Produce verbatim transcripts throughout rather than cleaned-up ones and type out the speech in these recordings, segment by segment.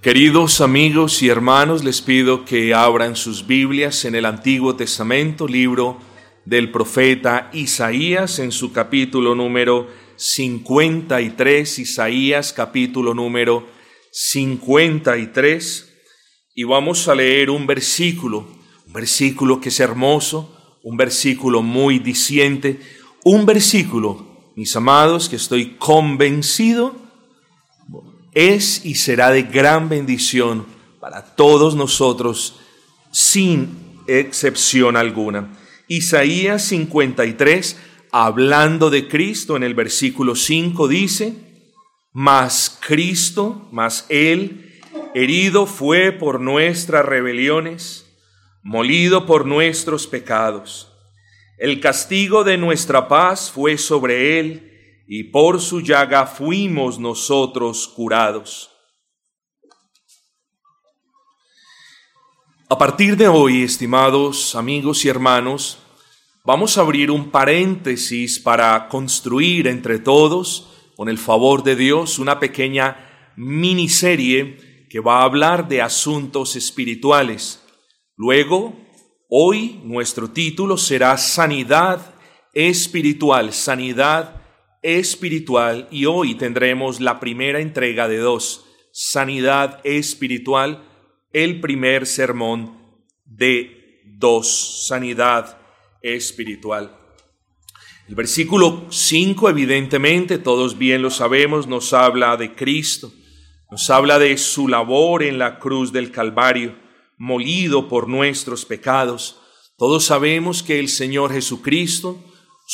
Queridos amigos y hermanos, les pido que abran sus Biblias en el Antiguo Testamento, libro del profeta Isaías, en su capítulo número cincuenta y tres, Isaías capítulo número cincuenta y tres, y vamos a leer un versículo, un versículo que es hermoso, un versículo muy diciente, un versículo, mis amados, que estoy convencido es y será de gran bendición para todos nosotros, sin excepción alguna. Isaías cincuenta y tres, hablando de Cristo, en el versículo cinco dice: Mas Cristo, mas Él, herido fue por nuestras rebeliones, molido por nuestros pecados. El castigo de nuestra paz fue sobre Él, y por su llaga fuimos nosotros curados. A partir de hoy, estimados amigos y hermanos, vamos a abrir un paréntesis para construir entre todos, con el favor de Dios, una pequeña miniserie que va a hablar de asuntos espirituales. Luego, hoy nuestro título será Sanidad Espiritual, Sanidad espiritual, y hoy tendremos la primera entrega de dos, Sanidad Espiritual, el primer sermón de dos, Sanidad Espiritual. El versículo cinco, evidentemente, todos bien lo sabemos, nos habla de Cristo, nos habla de su labor en la cruz del Calvario, molido por nuestros pecados. Todos sabemos que el Señor Jesucristo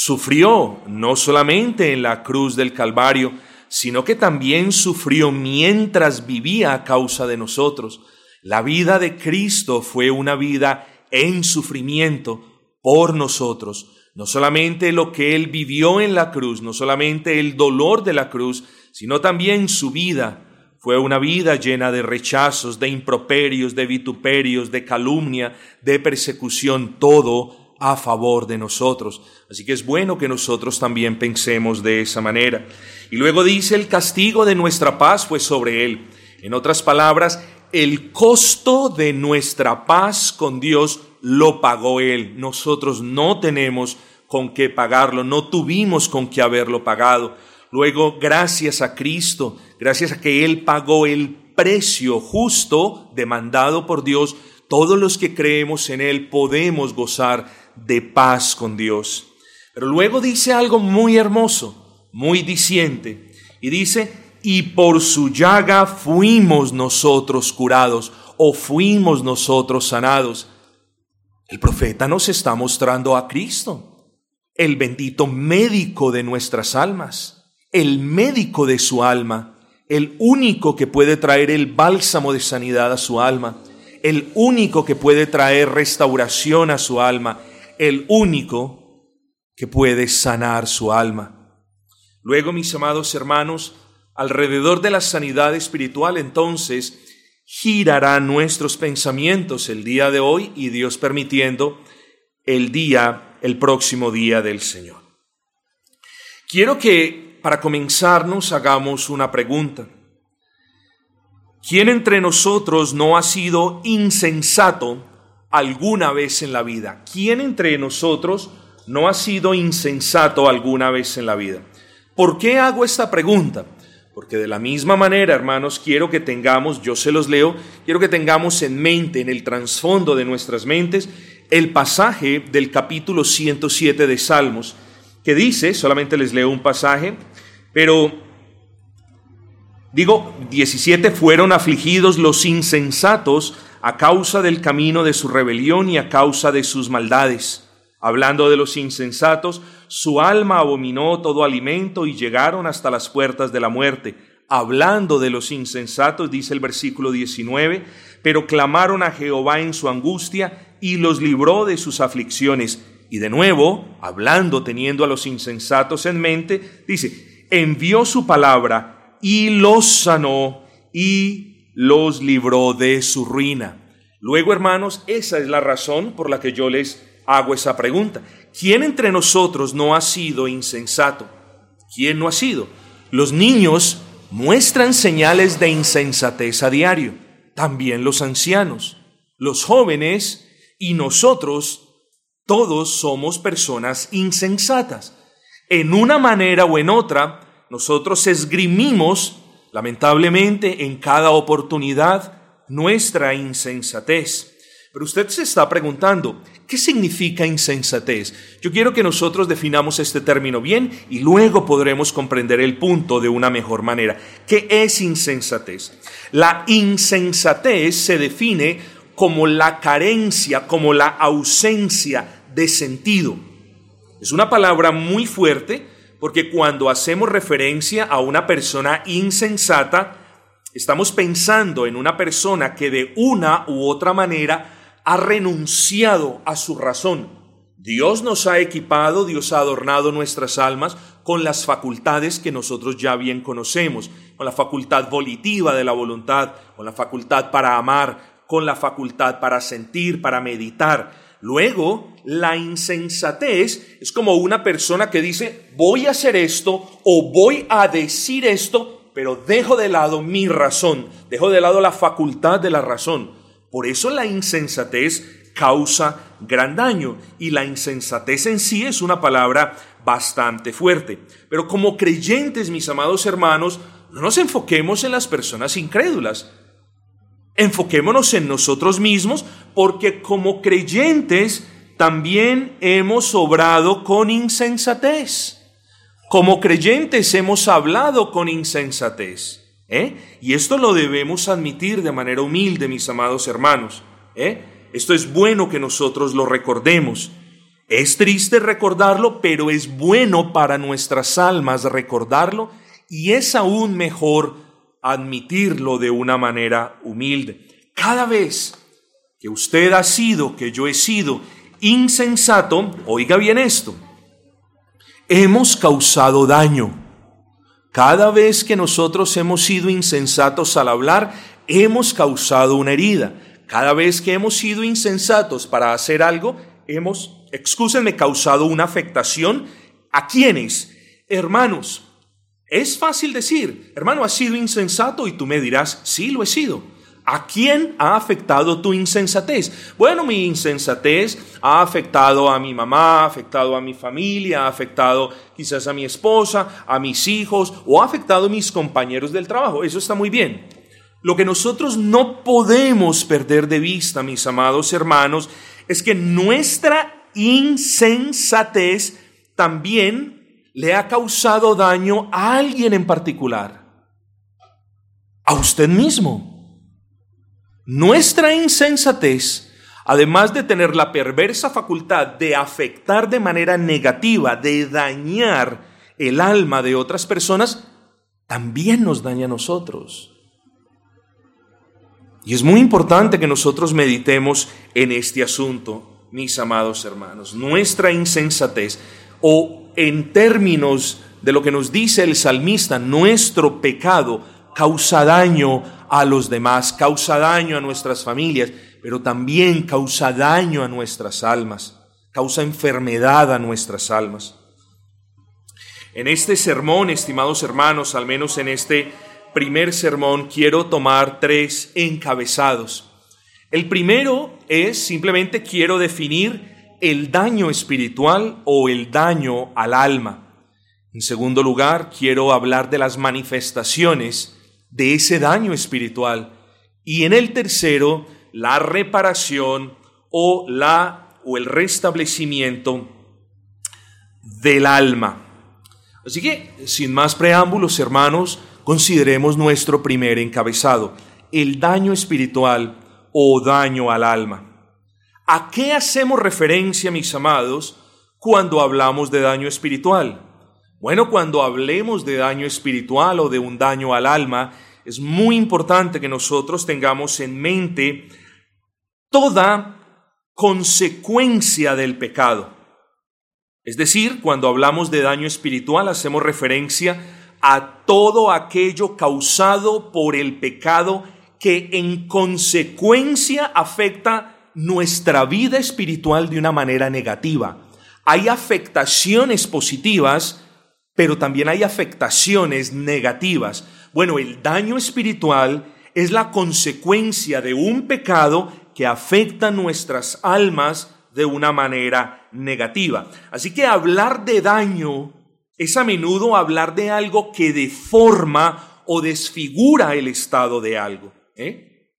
sufrió no solamente en la cruz del Calvario, sino que también sufrió mientras vivía a causa de nosotros. La vida de Cristo fue una vida en sufrimiento por nosotros. No solamente lo que Él vivió en la cruz, no solamente el dolor de la cruz, sino también su vida. Fue una vida llena de rechazos, de improperios, de vituperios, de calumnia, de persecución, todo a favor de nosotros. Así que es bueno que nosotros también pensemos de esa manera. Y luego dice: el castigo de nuestra paz fue sobre Él. En otras palabras, el costo de nuestra paz con Dios lo pagó Él. Nosotros no tenemos con qué pagarlo, no tuvimos con qué haberlo pagado. Luego, gracias a Cristo, gracias a que Él pagó el precio justo demandado por Dios, todos los que creemos en Él podemos gozar de paz con Dios. Pero luego dice algo muy hermoso, muy diciente, y dice: y por su llaga fuimos nosotros curados, o fuimos nosotros sanados. El profeta nos está mostrando a Cristo, el bendito médico de nuestras almas, el médico de su alma, el único que puede traer el bálsamo de sanidad a su alma, el único que puede traer restauración a su alma, el único que puede sanar su alma. Luego, mis amados hermanos, alrededor de la sanidad espiritual, entonces, girarán nuestros pensamientos el día de hoy y, Dios permitiendo, el día, el próximo día del Señor. Quiero que, para comenzar, nos hagamos una pregunta. ¿Quién entre nosotros no ha sido insensato alguna vez en la vida? ¿Quién entre nosotros no ha sido insensato alguna vez en la vida? ¿Por qué hago esta pregunta? Porque de la misma manera, hermanos, quiero que tengamos, yo se los leo, quiero que tengamos en mente, en el trasfondo de nuestras mentes, el pasaje del capítulo ciento siete de Salmos, que dice, solamente les leo un pasaje, pero digo, diecisiete, fueron afligidos los insensatos a causa del camino de su rebelión y a causa de sus maldades. Hablando de los insensatos, su alma abominó todo alimento y llegaron hasta las puertas de la muerte. Hablando de los insensatos, dice el versículo diecinueve, pero clamaron a Jehová en su angustia y los libró de sus aflicciones. Y de nuevo, hablando, teniendo a los insensatos en mente, dice, envió su palabra y los sanó y los libró de su ruina. Luego, hermanos, esa es la razón por la que yo les hago esa pregunta. ¿Quién entre nosotros no ha sido insensato? ¿Quién no ha sido? Los niños muestran señales de insensatez a diario. También los ancianos, los jóvenes y nosotros, todos somos personas insensatas. En una manera o en otra, nosotros esgrimimos, lamentablemente, en cada oportunidad, nuestra insensatez. Pero usted se está preguntando, ¿qué significa insensatez? Yo quiero que nosotros definamos este término bien y luego podremos comprender el punto de una mejor manera. ¿Qué es insensatez? La insensatez se define como la carencia, como la ausencia de sentido. Es una palabra muy fuerte porque cuando hacemos referencia a una persona insensata, estamos pensando en una persona que de una u otra manera ha renunciado a su razón. Dios nos ha equipado, Dios ha adornado nuestras almas con las facultades que nosotros ya bien conocemos, con la facultad volitiva de la voluntad, con la facultad para amar, con la facultad para sentir, para meditar. Luego, la insensatez es como una persona que dice, voy a hacer esto o voy a decir esto, pero dejo de lado mi razón, dejo de lado la facultad de la razón. Por eso la insensatez causa gran daño y la insensatez en sí es una palabra bastante fuerte. Pero como creyentes, mis amados hermanos, no nos enfoquemos en las personas incrédulas. Enfoquémonos en nosotros mismos porque como creyentes también hemos obrado con insensatez. Como creyentes hemos hablado con insensatez. ¿Eh? Y esto lo debemos admitir de manera humilde, mis amados hermanos. ¿Eh? Esto es bueno que nosotros lo recordemos. Es triste recordarlo, pero es bueno para nuestras almas recordarlo y es aún mejor admitirlo de una manera humilde. Cada vez que usted ha sido, que yo he sido insensato, oiga bien esto, hemos causado daño. Cada vez que nosotros hemos sido insensatos al hablar, hemos causado una herida. Cada vez que hemos sido insensatos para hacer algo, hemos, excúsenme, causado una afectación. ¿A quiénes? Hermanos, es fácil decir, hermano, ¿has sido insensato? Y tú me dirás, sí, lo he sido. ¿A quién ha afectado tu insensatez? Bueno, mi insensatez ha afectado a mi mamá, ha afectado a mi familia, ha afectado quizás a mi esposa, a mis hijos o ha afectado a mis compañeros del trabajo. Eso está muy bien. Lo que nosotros no podemos perder de vista, mis amados hermanos, es que nuestra insensatez también le ha causado daño a alguien en particular. A usted mismo. Nuestra insensatez, además de tener la perversa facultad de afectar de manera negativa, de dañar el alma de otras personas, también nos daña a nosotros. Y es muy importante que nosotros meditemos en este asunto, mis amados hermanos. Nuestra insensatez, o en términos de lo que nos dice el salmista, nuestro pecado causa daño a los demás, causa daño a nuestras familias, pero también causa daño a nuestras almas, causa enfermedad a nuestras almas. En este sermón, estimados hermanos, al menos en este primer sermón, quiero tomar tres encabezados. El primero es simplemente quiero definir el daño espiritual o el daño al alma. En segundo lugar, quiero hablar de las manifestaciones de ese daño espiritual. Y en el tercero, la reparación o, la, o el restablecimiento del alma. Así que, sin más preámbulos, hermanos, consideremos nuestro primer encabezado, el daño espiritual o daño al alma. ¿A qué hacemos referencia, mis amados, cuando hablamos de daño espiritual? Bueno, cuando hablemos de daño espiritual o de un daño al alma, es muy importante que nosotros tengamos en mente toda consecuencia del pecado. Es decir, cuando hablamos de daño espiritual, hacemos referencia a todo aquello causado por el pecado que en consecuencia afecta nuestra vida espiritual de una manera negativa. Hay afectaciones positivas, pero también hay afectaciones negativas. Bueno, el daño espiritual es la consecuencia de un pecado que afecta nuestras almas de una manera negativa. Así que hablar de daño es a menudo hablar de algo que deforma o desfigura el estado de algo. ¿eh?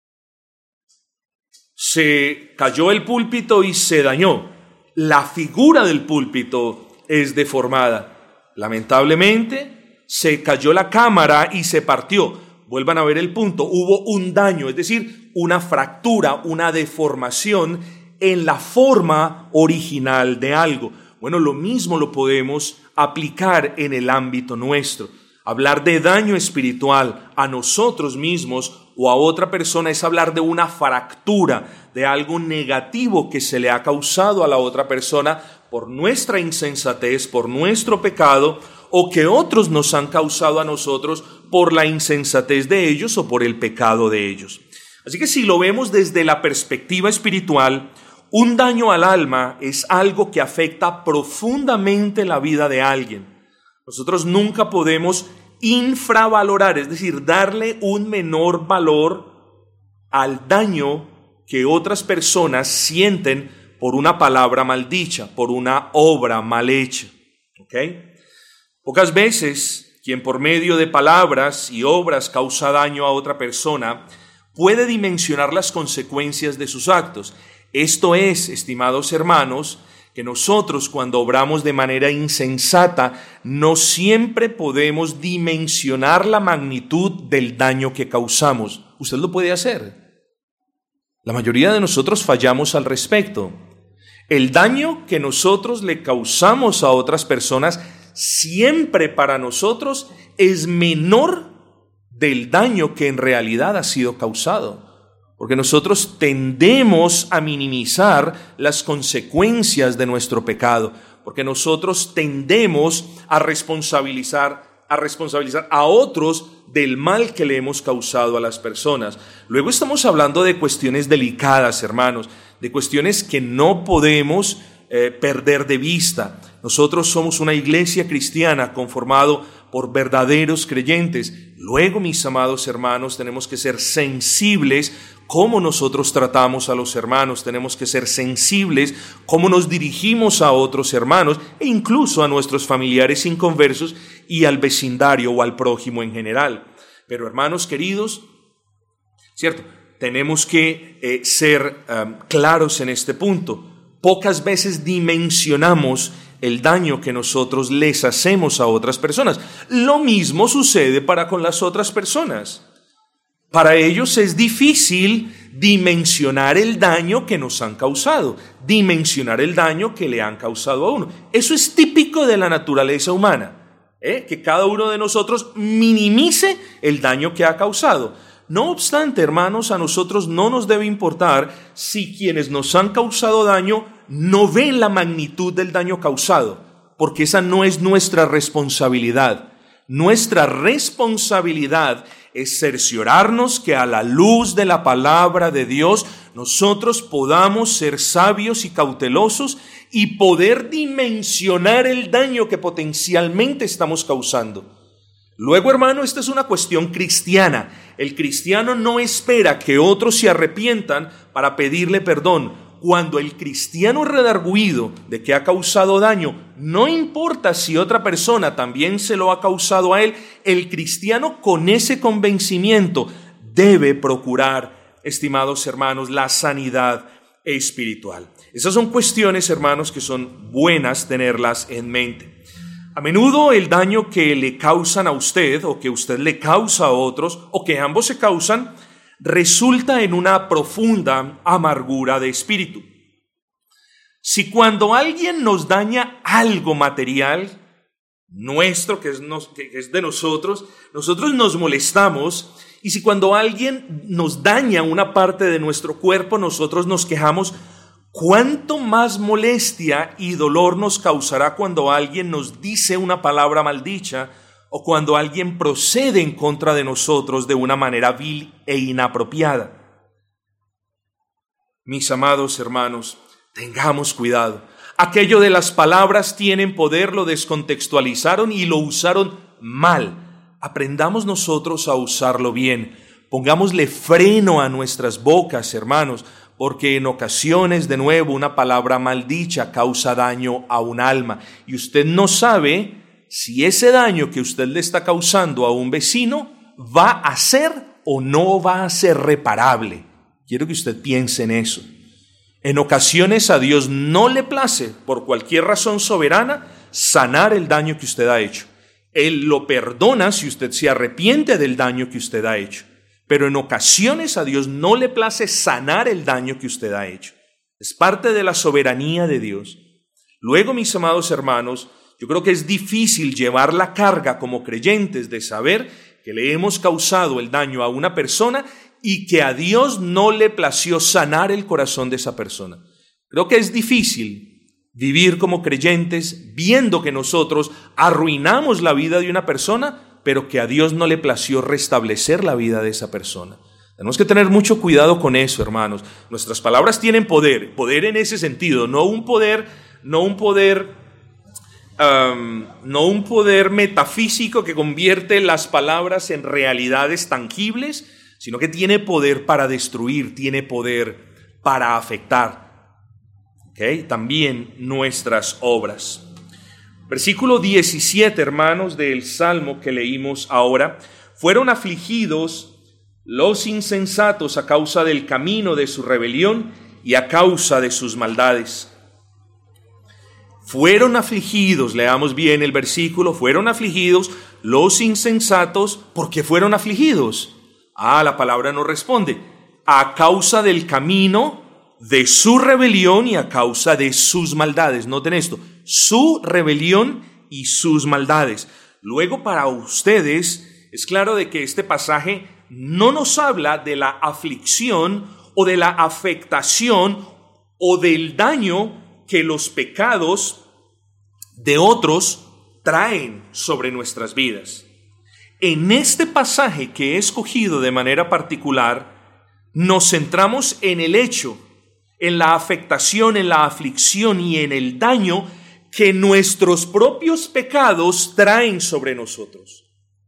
Se cayó el púlpito y se dañó. La figura del púlpito es deformada. Lamentablemente, se cayó la cámara y se partió. Vuelvan a ver el punto. Hubo un daño, es decir, una fractura, una deformación en la forma original de algo. Bueno, lo mismo lo podemos aplicar en el ámbito nuestro. Hablar de daño espiritual a nosotros mismos o a otra persona es hablar de una fractura, de algo negativo que se le ha causado a la otra persona por nuestra insensatez, por nuestro pecado, o que otros nos han causado a nosotros por la insensatez de ellos o por el pecado de ellos. Así que si lo vemos desde la perspectiva espiritual, un daño al alma es algo que afecta profundamente la vida de alguien. Nosotros nunca podemos infravalorar, es decir, darle un menor valor al daño que otras personas sienten por una palabra maldicha, por una obra mal hecha. ¿Ok? Pocas veces quien por medio de palabras y obras causa daño a otra persona puede dimensionar las consecuencias de sus actos. Esto es, estimados hermanos, que nosotros cuando obramos de manera insensata no siempre podemos dimensionar la magnitud del daño que causamos. Usted lo puede hacer. La mayoría de nosotros fallamos al respecto. El daño que nosotros le causamos a otras personas siempre para nosotros es menor del daño que en realidad ha sido causado. Porque nosotros tendemos a minimizar las consecuencias de nuestro pecado, porque nosotros tendemos a responsabilizar, a responsabilizar a otros del mal que le hemos causado a las personas. Luego estamos hablando de cuestiones delicadas, hermanos, de cuestiones que no podemos eh, perder de vista. Nosotros somos una iglesia cristiana conformado por verdaderos creyentes. Luego, mis amados hermanos, tenemos que ser sensibles cómo nosotros tratamos a los hermanos, tenemos que ser sensibles cómo nos dirigimos a otros hermanos e incluso a nuestros familiares inconversos y al vecindario o al prójimo en general. Pero hermanos queridos, cierto, tenemos que eh, ser um, claros en este punto. Pocas veces dimensionamos el daño que nosotros les hacemos a otras personas. Lo mismo sucede para con las otras personas. Para ellos es difícil dimensionar el daño que nos han causado, dimensionar el daño que le han causado a uno. Eso es típico de la naturaleza humana, ¿eh? que cada uno de nosotros minimice el daño que ha causado. No obstante, hermanos, a nosotros no nos debe importar si quienes nos han causado daño no ven la magnitud del daño causado, porque esa no es nuestra responsabilidad. Nuestra responsabilidad es cerciorarnos que a la luz de la palabra de Dios nosotros podamos ser sabios y cautelosos y poder dimensionar el daño que potencialmente estamos causando. Luego, hermano, esta es una cuestión cristiana. El cristiano no espera que otros se arrepientan para pedirle perdón. Cuando el cristiano es redarguido de que ha causado daño, no importa si otra persona también se lo ha causado a él, el cristiano con ese convencimiento debe procurar, estimados hermanos, la sanidad espiritual. Esas son cuestiones, hermanos, que son buenas tenerlas en mente. A menudo el daño que le causan a usted o que usted le causa a otros o que ambos se causan resulta en una profunda amargura de espíritu. Si cuando alguien nos daña algo material nuestro, que es, nos, que es de nosotros, nosotros nos molestamos, y si cuando alguien nos daña una parte de nuestro cuerpo, nosotros nos quejamos, ¿cuánto más molestia y dolor nos causará cuando alguien nos dice una palabra maldicha o cuando alguien procede en contra de nosotros de una manera vil e inapropiada? Mis amados hermanos, tengamos cuidado. Aquello de las palabras tienen poder lo descontextualizaron y lo usaron mal. aprendamos nosotros a usarlo bien. Pongámosle freno a nuestras bocas, hermanos, porque en ocasiones, de nuevo, una palabra maldicha causa daño a un alma. Y usted no sabe si ese daño que usted le está causando a un vecino va a ser o no va a ser reparable. Quiero que usted piense en eso. En ocasiones a Dios no le place, por cualquier razón soberana, sanar el daño que usted ha hecho. Él lo perdona si usted se arrepiente del daño que usted ha hecho. Pero en ocasiones a Dios no le place sanar el daño que usted ha hecho. Es parte de la soberanía de Dios. Luego, mis amados hermanos, yo creo que es difícil llevar la carga como creyentes de saber que le hemos causado el daño a una persona y que a Dios no le plació sanar el corazón de esa persona. Creo que es difícil vivir como creyentes viendo que nosotros arruinamos la vida de una persona, pero que a Dios no le plació restablecer la vida de esa persona. Tenemos que tener mucho cuidado con eso, hermanos. Nuestras palabras tienen poder, poder en ese sentido, no un poder, no un poder, um, no un poder metafísico que convierte las palabras en realidades tangibles, sino que tiene poder para destruir, tiene poder para afectar. ¿Okay? También nuestras obras. Versículo diecisiete, hermanos, del Salmo que leímos ahora. Fueron afligidos los insensatos a causa del camino de su rebelión y a causa de sus maldades. Fueron afligidos, leamos bien el versículo, fueron afligidos los insensatos. ¿Por qué fueron afligidos? Ah, la palabra no responde. A causa del camino de su rebelión y a causa de sus maldades. Noten esto, su rebelión y sus maldades. Luego, para ustedes es claro de que este pasaje no nos habla de la aflicción o de la afectación o del daño que los pecados de otros traen sobre nuestras vidas. En este pasaje que he escogido de manera particular, nos centramos en el hecho, en la afectación, en la aflicción y en el daño que nuestros propios pecados traen sobre nosotros.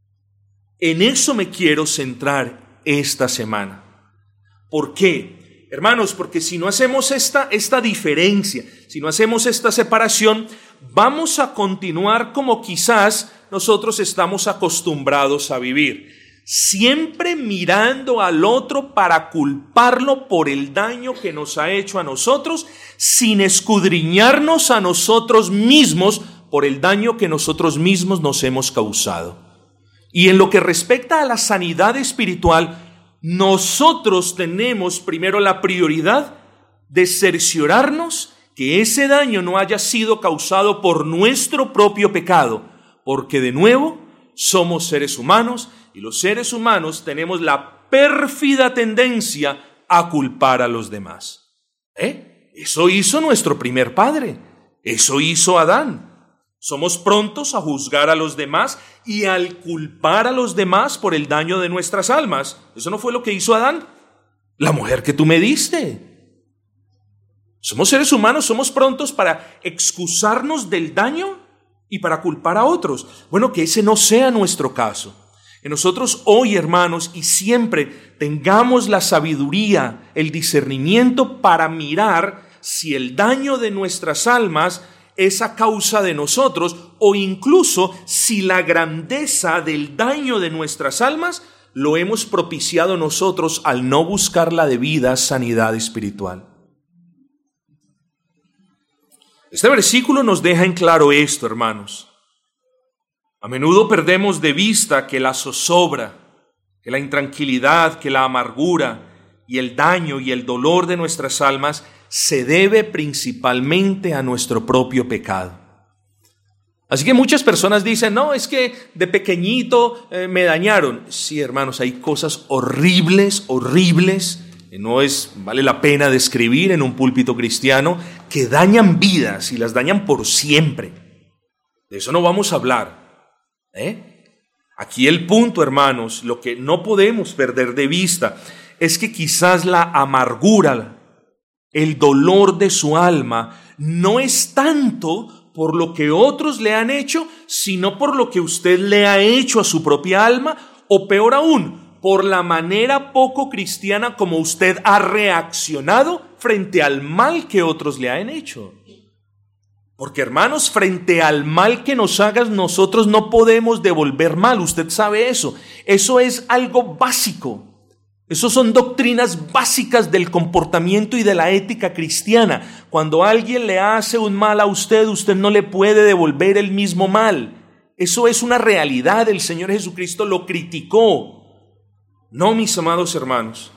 En eso me quiero centrar esta semana. ¿Por qué? Hermanos, porque si no hacemos esta, esta diferencia, si no hacemos esta separación, vamos a continuar como quizás nosotros estamos acostumbrados a vivir. Siempre mirando al otro para culparlo por el daño que nos ha hecho a nosotros, sin escudriñarnos a nosotros mismos por el daño que nosotros mismos nos hemos causado. Y en lo que respecta a la sanidad espiritual, nosotros tenemos primero la prioridad de cerciorarnos que ese daño no haya sido causado por nuestro propio pecado, porque de nuevo somos seres humanos y los seres humanos tenemos la pérfida tendencia a culpar a los demás. ¿Eh? Eso hizo nuestro primer padre, eso hizo Adán. Somos prontos a juzgar a los demás y al culpar a los demás por el daño de nuestras almas. ¿Eso no fue lo que hizo Adán? La mujer que tú me diste. Somos seres humanos, somos prontos para excusarnos del daño y para culpar a otros. Bueno, que ese no sea nuestro caso. Que nosotros hoy, hermanos, y siempre tengamos la sabiduría, el discernimiento para mirar si el daño de nuestras almas es a causa de nosotros o incluso si la grandeza del daño de nuestras almas lo hemos propiciado nosotros al no buscar la debida sanidad espiritual. Este versículo nos deja en claro esto, hermanos. A menudo perdemos de vista que la zozobra, que la intranquilidad, que la amargura y el daño y el dolor de nuestras almas se debe principalmente a nuestro propio pecado. Así que muchas personas dicen, no, es que de pequeñito eh, me dañaron. Sí, hermanos, hay cosas horribles, horribles, que no es, vale la pena describir en un púlpito cristiano, que dañan vidas y las dañan por siempre. De eso no vamos a hablar. ¿Eh? Aquí el punto, hermanos, lo que no podemos perder de vista es que quizás la amargura, el dolor de su alma, no es tanto por lo que otros le han hecho, sino por lo que usted le ha hecho a su propia alma, o peor aún, por la manera poco cristiana como usted ha reaccionado frente al mal que otros le han hecho. Porque, hermanos, frente al mal que nos hagas, nosotros no podemos devolver mal. Usted sabe eso. Eso es algo básico. Eso son doctrinas básicas del comportamiento y de la ética cristiana. Cuando alguien le hace un mal a usted, usted no le puede devolver el mismo mal. Eso es una realidad. El Señor Jesucristo lo criticó. No, mis amados hermanos.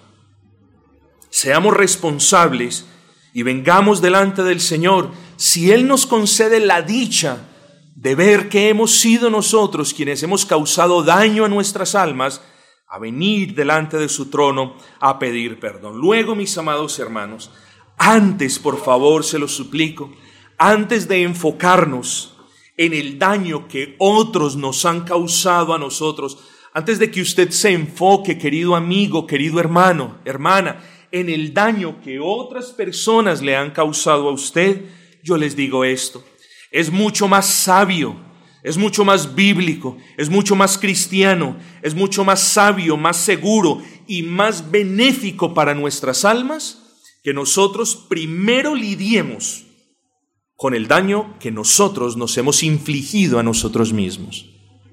Seamos responsables y vengamos delante del Señor. Si Él nos concede la dicha de ver que hemos sido nosotros quienes hemos causado daño a nuestras almas, a venir delante de su trono a pedir perdón. Luego, mis amados hermanos, antes, por favor, se lo suplico, antes de enfocarnos en el daño que otros nos han causado a nosotros, antes de que usted se enfoque, querido amigo, querido hermano, hermana, en el daño que otras personas le han causado a usted, yo les digo esto: es mucho más sabio, es mucho más bíblico, es mucho más cristiano, es mucho más sabio, más seguro y más benéfico para nuestras almas que nosotros primero lidiemos con el daño que nosotros nos hemos infligido a nosotros mismos.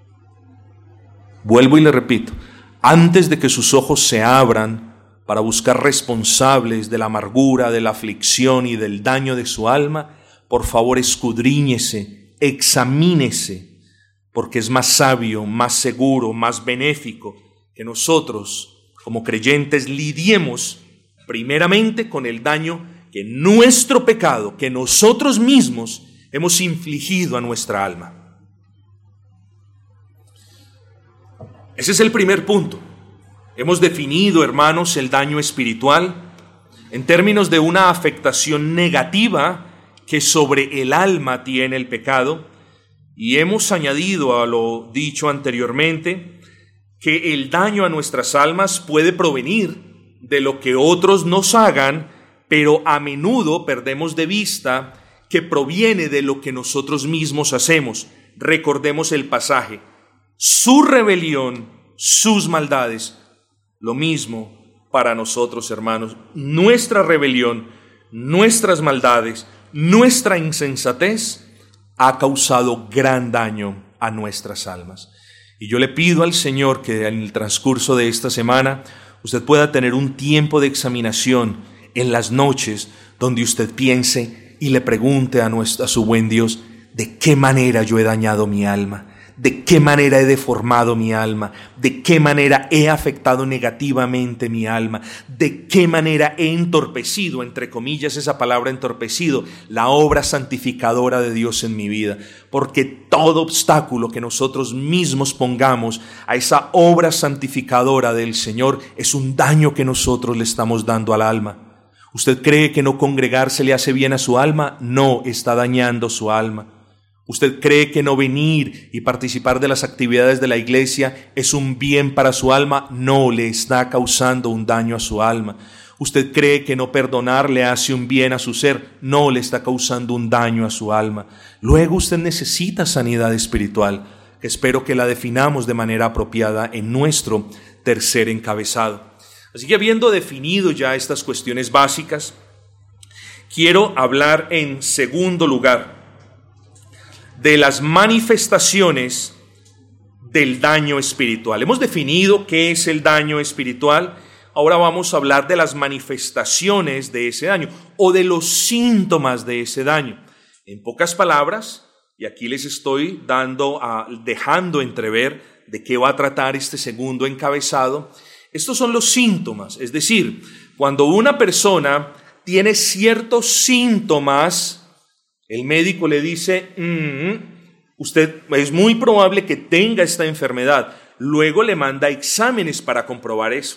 Vuelvo y le repito, antes de que sus ojos se abran para buscar responsables de la amargura, de la aflicción y del daño de su alma, por favor escudriñese, examínese, porque es más sabio, más seguro, más benéfico que nosotros, como creyentes, lidiemos primeramente con el daño que nuestro pecado, que nosotros mismos hemos infligido a nuestra alma. Ese es el primer punto. Hemos definido, hermanos, el daño espiritual en términos de una afectación negativa que sobre el alma tiene el pecado, y hemos añadido a lo dicho anteriormente que el daño a nuestras almas puede provenir de lo que otros nos hagan, pero a menudo perdemos de vista que proviene de lo que nosotros mismos hacemos. Recordemos el pasaje: su rebelión, sus maldades. Lo mismo para nosotros, hermanos. Nuestra rebelión, nuestras maldades, nuestra insensatez ha causado gran daño a nuestras almas. Y yo le pido al Señor que en el transcurso de esta semana usted pueda tener un tiempo de examinación en las noches donde usted piense y le pregunte a, nuestro, a su buen Dios: ¿de qué manera yo he dañado mi alma? ¿De qué manera he deformado mi alma? ¿De qué manera he afectado negativamente mi alma? ¿De qué manera he entorpecido, entre comillas esa palabra entorpecido, la obra santificadora de Dios en mi vida? Porque todo obstáculo que nosotros mismos pongamos a esa obra santificadora del Señor es un daño que nosotros le estamos dando al alma. ¿Usted cree que no congregarse le hace bien a su alma? No, está dañando su alma. ¿Usted cree que no venir y participar de las actividades de la iglesia es un bien para su alma? No, le está causando un daño a su alma. ¿Usted cree que no perdonar le hace un bien a su ser? No, le está causando un daño a su alma. Luego usted necesita sanidad espiritual, que espero que la definamos de manera apropiada en nuestro tercer encabezado. Así que, habiendo definido ya estas cuestiones básicas, quiero hablar en segundo lugar de las manifestaciones del daño espiritual. Hemos definido qué es el daño espiritual. Ahora vamos a hablar de las manifestaciones de ese daño o de los síntomas de ese daño. En pocas palabras, y aquí les estoy dando a, dejando entrever de qué va a tratar este segundo encabezado. Estos son los síntomas, es decir, cuando una persona tiene ciertos síntomas, el médico le dice: mmm, usted es muy probable que tenga esta enfermedad. Luego le manda exámenes para comprobar eso.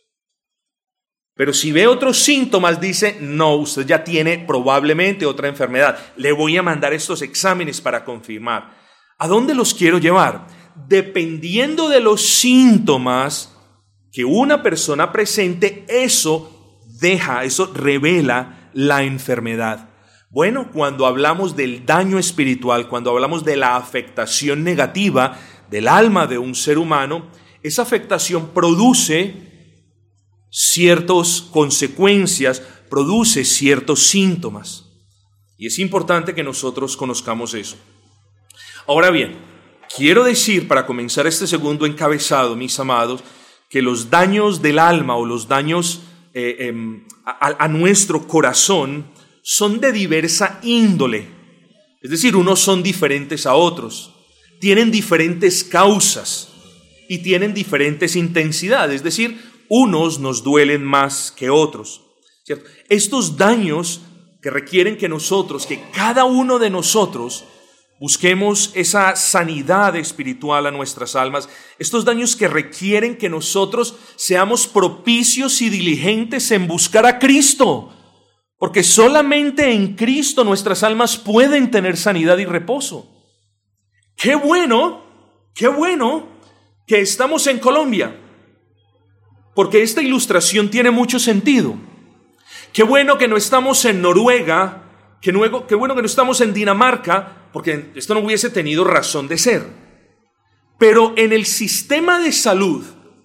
Pero si ve otros síntomas, dice: no, usted ya tiene probablemente otra enfermedad. Le voy a mandar estos exámenes para confirmar. ¿A dónde los quiero llevar? Dependiendo de los síntomas que una persona presente, eso deja, eso revela la enfermedad. Bueno, cuando hablamos del daño espiritual, cuando hablamos de la afectación negativa del alma de un ser humano, esa afectación produce ciertas consecuencias, produce ciertos síntomas. Y es importante que nosotros conozcamos eso. Ahora bien, quiero decir, para comenzar este segundo encabezado, mis amados, que los daños del alma o los daños eh, eh, a, a nuestro corazón son de diversa índole. Es decir, unos son diferentes a otros, tienen diferentes causas y tienen diferentes intensidades. Es decir, unos nos duelen más que otros, ¿cierto? Estos daños que requieren que nosotros, que cada uno de nosotros busquemos esa sanidad espiritual a nuestras almas, estos daños que requieren que nosotros seamos propicios y diligentes en buscar a Cristo, porque solamente en Cristo nuestras almas pueden tener sanidad y reposo. Qué bueno, qué bueno que estamos en Colombia, porque esta ilustración tiene mucho sentido. Qué bueno que no estamos en Noruega, qué, nuevo, qué bueno que no estamos en Dinamarca, porque esto no hubiese tenido razón de ser. Pero en el sistema de salud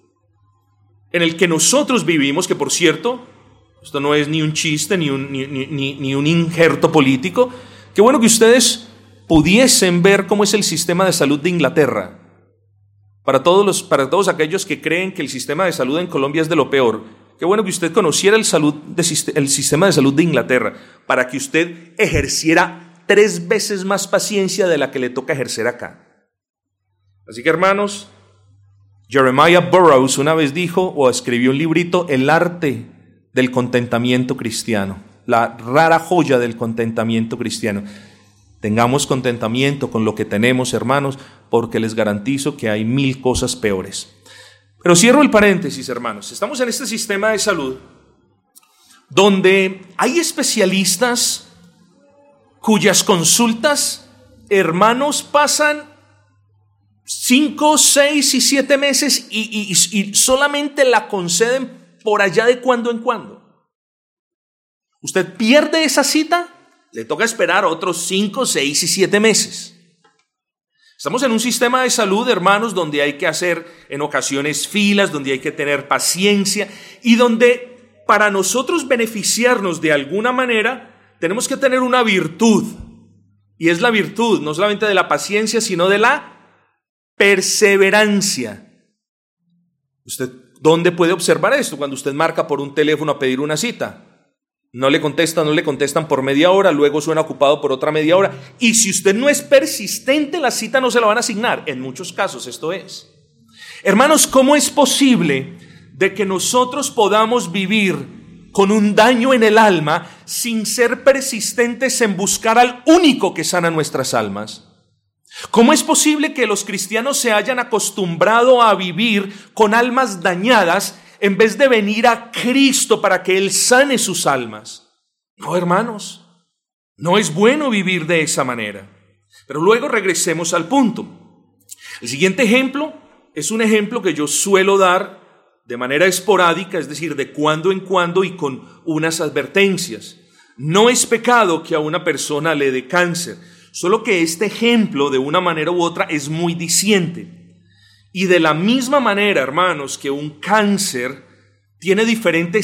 en el que nosotros vivimos, que por cierto, esto no es ni un chiste ni un, ni, ni, ni un injerto político, qué bueno que ustedes pudiesen ver cómo es el sistema de salud de Inglaterra. Para todos, los, para todos aquellos que creen que el sistema de salud en Colombia es de lo peor, qué bueno que usted conociera el, salud de, el sistema de salud de Inglaterra, para que usted ejerciera tres veces más paciencia de la que le toca ejercer acá. Así que, hermanos, Jeremiah Burroughs una vez dijo o escribió un librito, El arte del contentamiento cristiano, la rara joya del contentamiento cristiano. Tengamos contentamiento con lo que tenemos, hermanos, porque les garantizo que hay mil cosas peores. Pero cierro el paréntesis, hermanos. Estamos en este sistema de salud donde hay especialistas cuyas consultas, hermanos, pasan cinco, seis y siete meses y, y, y solamente la conceden por allá de cuando en cuando. Usted pierde esa cita, le toca esperar otros cinco, seis y siete meses. Estamos en un sistema de salud, hermanos, donde hay que hacer en ocasiones filas, donde hay que tener paciencia y donde para nosotros beneficiarnos de alguna manera tenemos que tener una virtud, y es la virtud no solamente de la paciencia, sino de la perseverancia. ¿Usted dónde puede observar esto? Cuando usted marca por un teléfono a pedir una cita, no le contestan, no le contestan por media hora, luego suena ocupado por otra media hora, y si usted no es persistente, la cita no se la van a asignar. En muchos casos esto es. Hermanos, ¿cómo es posible de que nosotros podamos vivir con un daño en el alma sin ser persistentes en buscar al único que sana nuestras almas? ¿Cómo es posible que los cristianos se hayan acostumbrado a vivir con almas dañadas en vez de venir a Cristo para que Él sane sus almas? No, hermanos, no es bueno vivir de esa manera. Pero luego regresemos al punto. El siguiente ejemplo es un ejemplo que yo suelo dar de manera esporádica, es decir, de cuando en cuando y con unas advertencias. No es pecado que a una persona le dé cáncer, solo que este ejemplo de una manera u otra es muy diciente. Y de la misma manera, hermanos, que un cáncer tiene diferente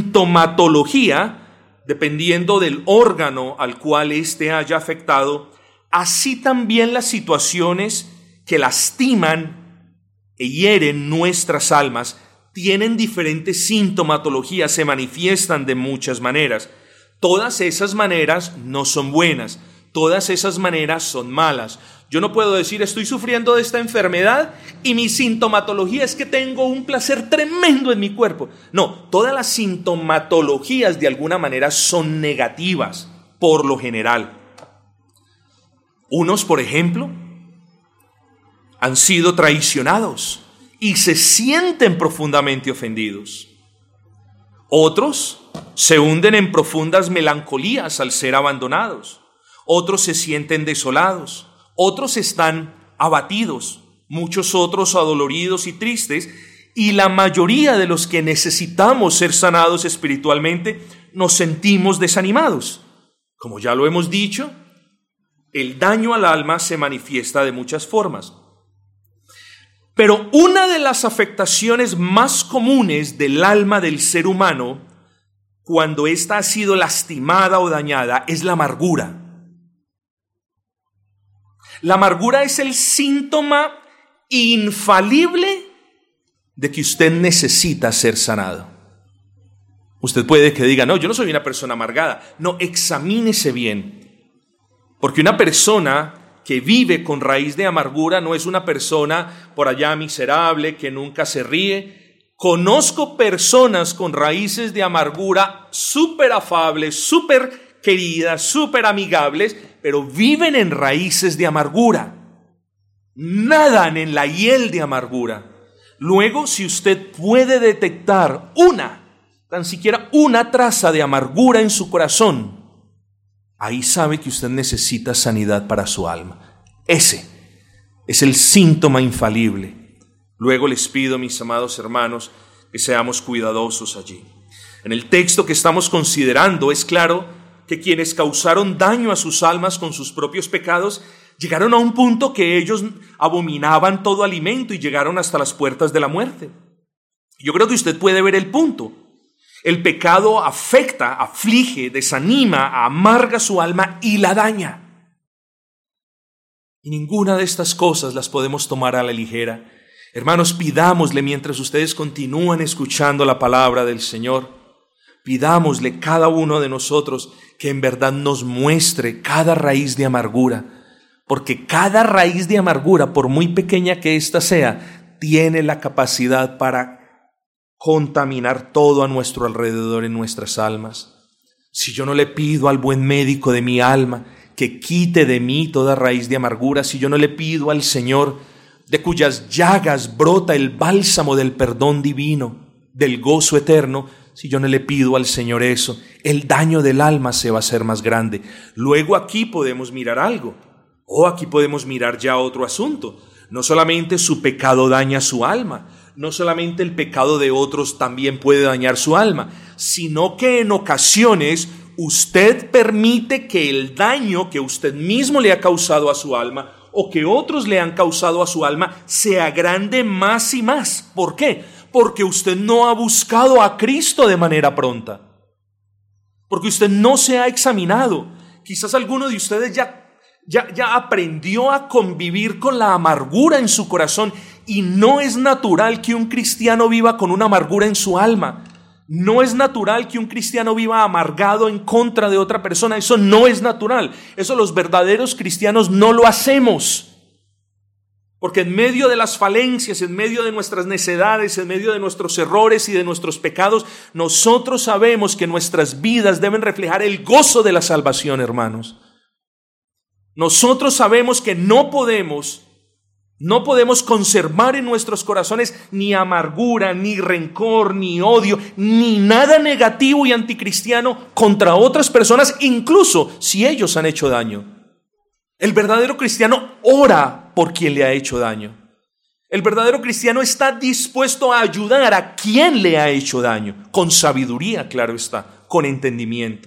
sintomatología dependiendo del órgano al cual éste haya afectado, así también las situaciones que lastiman e hieren nuestras almas tienen diferentes sintomatologías, se manifiestan de muchas maneras. Todas esas maneras no son buenas, todas esas maneras son malas. Yo no puedo decir estoy sufriendo de esta enfermedad y mi sintomatología es que tengo un placer tremendo en mi cuerpo. No, todas las sintomatologías de alguna manera son negativas, por lo general. Unos, por ejemplo, han sido traicionados y se sienten profundamente ofendidos. Otros se hunden en profundas melancolías al ser abandonados. Otros se sienten desolados. Otros están abatidos. Muchos otros adoloridos y tristes. Y la mayoría de los que necesitamos ser sanados espiritualmente nos sentimos desanimados. Como ya lo hemos dicho, el daño al alma se manifiesta de muchas formas. Pero una de las afectaciones más comunes del alma del ser humano, cuando ésta ha sido lastimada o dañada, es la amargura. La amargura es el síntoma infalible de que usted necesita ser sanado. Usted puede que diga, no, yo no soy una persona amargada. No, examínese bien. Porque una persona que vive con raíz de amargura no es una persona por allá miserable que nunca se ríe. Conozco personas con raíces de amargura súper afables, súper queridas, súper amigables, pero viven en raíces de amargura. Nadan en la hiel de amargura. Luego, si usted puede detectar una, tan siquiera una traza de amargura en su corazón, ahí sabe que usted necesita sanidad para su alma. Ese es el síntoma infalible. Luego les pido, mis amados hermanos, que seamos cuidadosos allí. En el texto que estamos considerando es claro que quienes causaron daño a sus almas con sus propios pecados llegaron a un punto que ellos abominaban todo alimento y llegaron hasta las puertas de la muerte. Yo creo que usted puede ver el punto. El pecado afecta, aflige, desanima, amarga su alma y la daña. Y ninguna de estas cosas las podemos tomar a la ligera. Hermanos, pidámosle mientras ustedes continúan escuchando la palabra del Señor, pidámosle cada uno de nosotros que en verdad nos muestre cada raíz de amargura, porque cada raíz de amargura, por muy pequeña que ésta sea, tiene la capacidad para contaminar todo a nuestro alrededor en nuestras almas. Si yo no le pido al buen médico de mi alma que quite de mí toda raíz de amargura, si yo no le pido al Señor de cuyas llagas brota el bálsamo del perdón divino, del gozo eterno, si yo no le pido al Señor eso, el daño del alma se va a hacer más grande. Luego aquí podemos mirar algo, o aquí podemos mirar ya otro asunto. No solamente su pecado daña su alma, no solamente el pecado de otros también puede dañar su alma, sino que en ocasiones usted permite que el daño que usted mismo le ha causado a su alma o que otros le han causado a su alma se agrande más y más. ¿Por qué? Porque usted no ha buscado a Cristo de manera pronta. Porque usted no se ha examinado. Quizás alguno de ustedes ya, ya, ya aprendió a convivir con la amargura en su corazón y no es natural que un cristiano viva con una amargura en su alma. No es natural que un cristiano viva amargado en contra de otra persona. Eso no es natural. Eso los verdaderos cristianos no lo hacemos. Porque en medio de las falencias, en medio de nuestras necedades, en medio de nuestros errores y de nuestros pecados, nosotros sabemos que nuestras vidas deben reflejar el gozo de la salvación, hermanos. Nosotros sabemos que no podemos No podemos conservar en nuestros corazones ni amargura, ni rencor, ni odio, ni nada negativo y anticristiano contra otras personas, incluso si ellos han hecho daño. El verdadero cristiano ora por quien le ha hecho daño. El verdadero cristiano está dispuesto a ayudar a quien le ha hecho daño, con sabiduría, claro está, con entendimiento.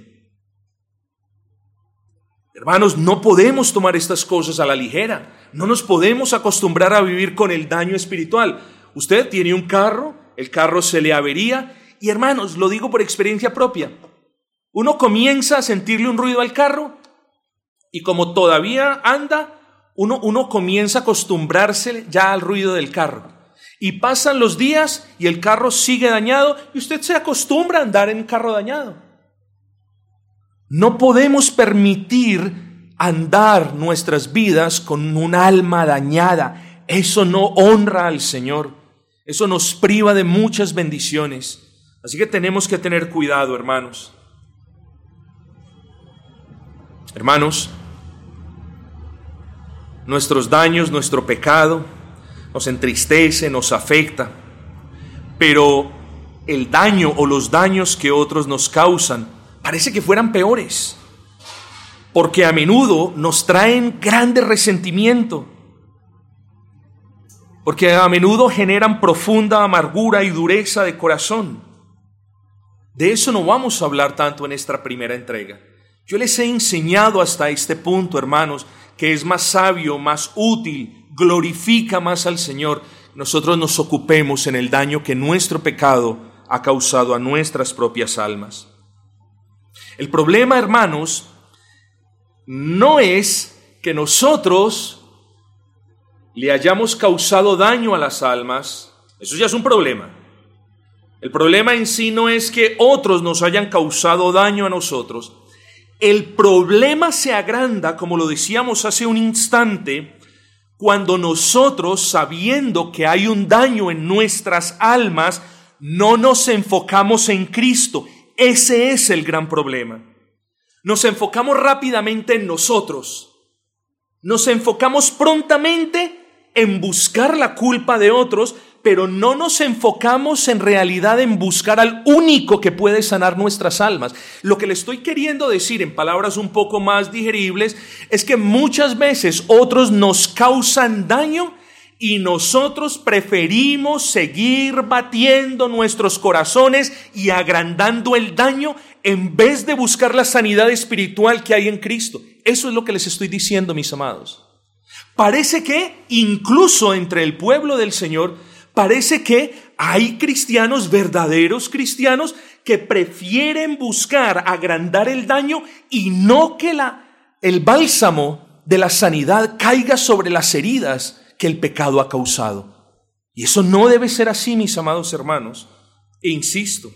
Hermanos, no podemos tomar estas cosas a la ligera. No nos podemos acostumbrar a vivir con el daño espiritual. Usted tiene un carro, el carro se le avería y, hermanos, lo digo por experiencia propia. Uno comienza a sentirle un ruido al carro y como todavía anda, uno, uno comienza a acostumbrarse ya al ruido del carro. Y pasan los días y el carro sigue dañado y usted se acostumbra a andar en carro dañado. No podemos permitir andar nuestras vidas con un alma dañada. Eso no honra al Señor. Eso nos priva de muchas bendiciones. Así que tenemos que tener cuidado, hermanos. Hermanos, nuestros daños, nuestro pecado nos entristece, nos afecta. Pero el daño o los daños que otros nos causan parece que fueran peores, porque a menudo nos traen grande resentimiento, porque a menudo generan profunda amargura y dureza de corazón. De eso no vamos a hablar tanto en esta primera entrega. Yo les he enseñado hasta este punto, hermanos, que es más sabio, más útil, glorifica más al Señor. Nosotros nos ocupemos en el daño que nuestro pecado ha causado a nuestras propias almas. El problema, hermanos, no es que nosotros le hayamos causado daño a las almas. Eso ya es un problema. El problema en sí no es que otros nos hayan causado daño a nosotros. El problema se agranda, como lo decíamos hace un instante, cuando nosotros, sabiendo que hay un daño en nuestras almas, no nos enfocamos en Cristo. Ese es el gran problema. Nos enfocamos rápidamente en nosotros. Nos enfocamos prontamente en buscar la culpa de otros, pero no nos enfocamos en realidad en buscar al único que puede sanar nuestras almas. Lo que le estoy queriendo decir en palabras un poco más digeribles es que muchas veces otros nos causan daño y nosotros preferimos seguir batiendo nuestros corazones y agrandando el daño en vez de buscar la sanidad espiritual que hay en Cristo. Eso es lo que les estoy diciendo, mis amados. Parece que incluso entre el pueblo del Señor, parece que hay cristianos, verdaderos cristianos, que prefieren buscar agrandar el daño y no que la, el bálsamo de la sanidad caiga sobre las heridas que el pecado ha causado. Y eso no debe ser así, mis amados hermanos. E insisto,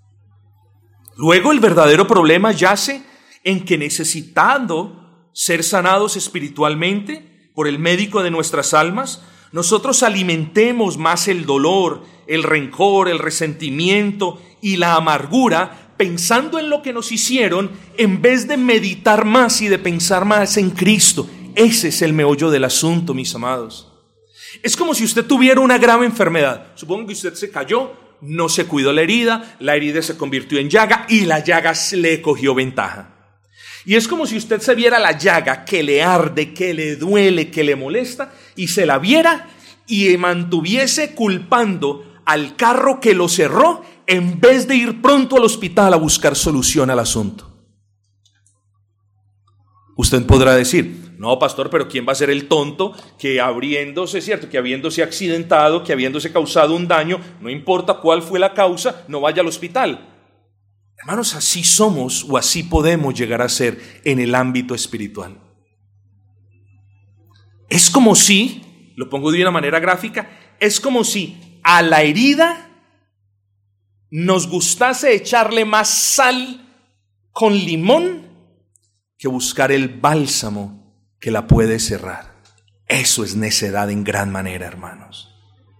luego el verdadero problema yace en que necesitando ser sanados espiritualmente por el médico de nuestras almas, nosotros alimentemos más el dolor, el rencor, el resentimiento y la amargura pensando en lo que nos hicieron en vez de meditar más y de pensar más en Cristo. Ese es el meollo del asunto, mis amados. Es como si usted tuviera una grave enfermedad. Supongo que usted se cayó, no se cuidó la herida, la herida se convirtió en llaga y la llaga le cogió ventaja. Y es como si usted se viera la llaga que le arde, que le duele, que le molesta, y se la viera y mantuviese culpando al carro que lo cerró en vez de ir pronto al hospital a buscar solución al asunto. Usted podrá decir, no, pastor, pero ¿quién va a ser el tonto que habiéndose, cierto, que habiéndose accidentado, que habiéndose causado un daño, no importa cuál fue la causa, no vaya al hospital? Hermanos, así somos o así podemos llegar a ser en el ámbito espiritual. Es como si, lo pongo de una manera gráfica, es como si a la herida nos gustase echarle más sal con limón que buscar el bálsamo que la puede cerrar. Eso es necedad en gran manera, hermanos.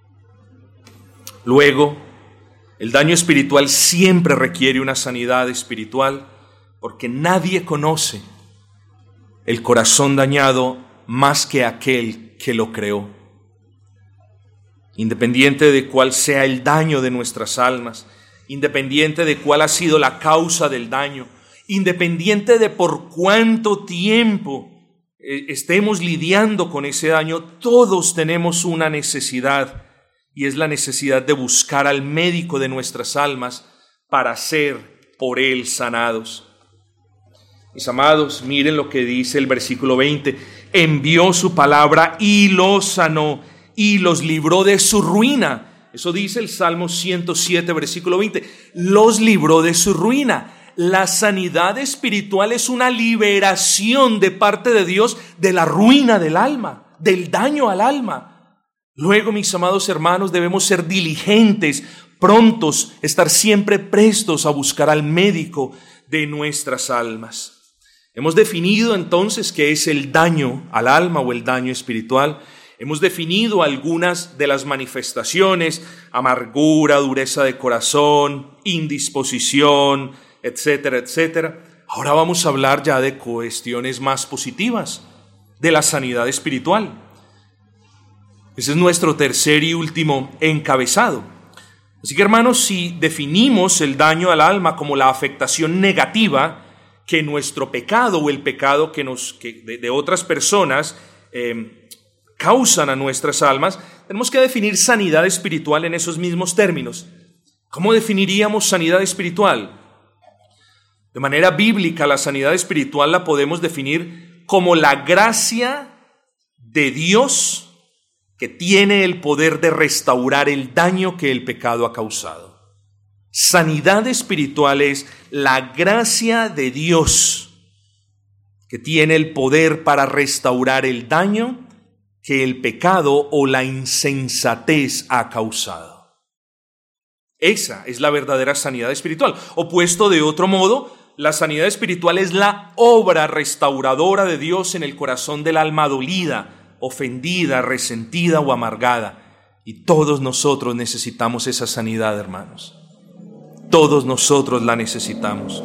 Luego, el daño espiritual siempre requiere una sanidad espiritual porque nadie conoce el corazón dañado más que aquel que lo creó. Independiente de cuál sea el daño de nuestras almas, independiente de cuál ha sido la causa del daño, independiente de por cuánto tiempo estemos lidiando con ese daño, todos tenemos una necesidad. Y es la necesidad de buscar al médico de nuestras almas para ser por él sanados. Mis amados, miren lo que dice el versículo veinte. Envió su palabra y los sanó y los libró de su ruina. Eso dice el Salmo ciento siete, versículo veinte. Los libró de su ruina. La sanidad espiritual es una liberación de parte de Dios de la ruina del alma, del daño al alma. Luego, mis amados hermanos, debemos ser diligentes, prontos, estar siempre prestos a buscar al médico de nuestras almas. Hemos definido entonces qué es el daño al alma o el daño espiritual. Hemos definido algunas de las manifestaciones: amargura, dureza de corazón, indisposición, etcétera, etcétera. Ahora vamos a hablar ya de cuestiones más positivas, de la sanidad espiritual. Ese es nuestro tercer y último encabezado. Así que, hermanos, si definimos el daño al alma como la afectación negativa que nuestro pecado o el pecado que nos, que de, de otras personas eh, causan a nuestras almas, tenemos que definir sanidad espiritual en esos mismos términos. ¿Cómo definiríamos sanidad espiritual? De manera bíblica, la sanidad espiritual la podemos definir como la gracia de Dios que tiene el poder de restaurar el daño que el pecado ha causado. Sanidad espiritual es la gracia de Dios que tiene el poder para restaurar el daño que el pecado o la insensatez ha causado. Esa es la verdadera sanidad espiritual. O puesto de otro modo, la sanidad espiritual es la obra restauradora de Dios en el corazón del alma dolida, ofendida, resentida o amargada. Y todos nosotros necesitamos esa sanidad, hermanos. Todos nosotros la necesitamos.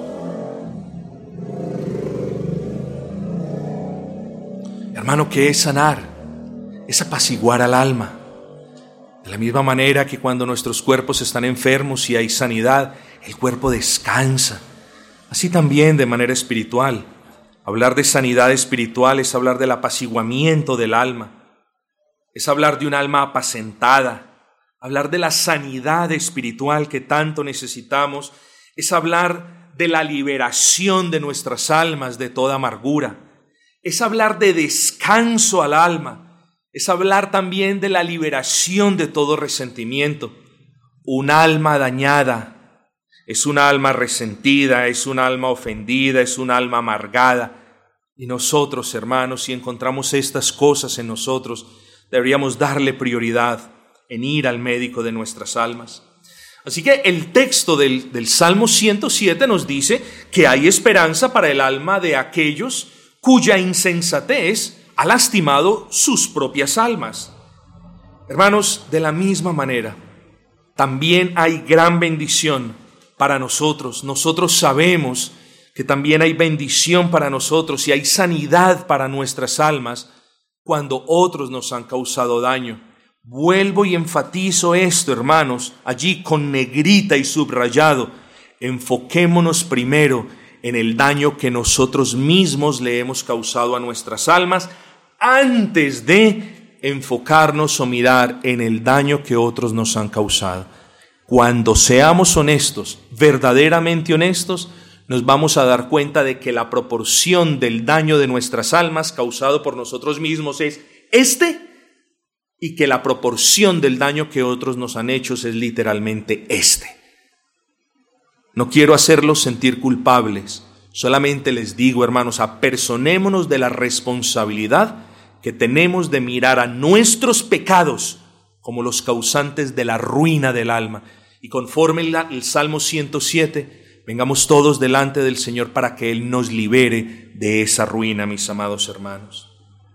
Hermano, ¿qué es sanar? Es apaciguar al alma. De la misma manera que cuando nuestros cuerpos están enfermos y hay sanidad, el cuerpo descansa. Así también de manera espiritual. Hablar de sanidad espiritual es hablar del apaciguamiento del alma. Es hablar de un alma apacentada. Hablar de la sanidad espiritual que tanto necesitamos. Es hablar de la liberación de nuestras almas de toda amargura. Es hablar de descanso al alma. Es hablar también de la liberación de todo resentimiento. Un alma dañada es un alma resentida, es un alma ofendida, es un alma amargada. Y nosotros, hermanos, si encontramos estas cosas en nosotros, deberíamos darle prioridad en ir al médico de nuestras almas. Así que el texto del, del Salmo ciento siete nos dice que hay esperanza para el alma de aquellos cuya insensatez ha lastimado sus propias almas. Hermanos, de la misma manera, también hay gran bendición para nosotros. Nosotros sabemos que también hay bendición para nosotros y hay sanidad para nuestras almas cuando otros nos han causado daño. Vuelvo y enfatizo esto, hermanos, allí con negrita y subrayado. Enfoquémonos primero en el daño que nosotros mismos le hemos causado a nuestras almas antes de enfocarnos o mirar en el daño que otros nos han causado. Cuando seamos honestos, verdaderamente honestos, nos vamos a dar cuenta de que la proporción del daño de nuestras almas causado por nosotros mismos es este y que la proporción del daño que otros nos han hecho es literalmente este. No quiero hacerlos sentir culpables, solamente les digo, hermanos, apersonémonos de la responsabilidad que tenemos de mirar a nuestros pecados como los causantes de la ruina del alma. Y conforme el, el Salmo ciento siete, vengamos todos delante del Señor para que Él nos libere de esa ruina, mis amados hermanos.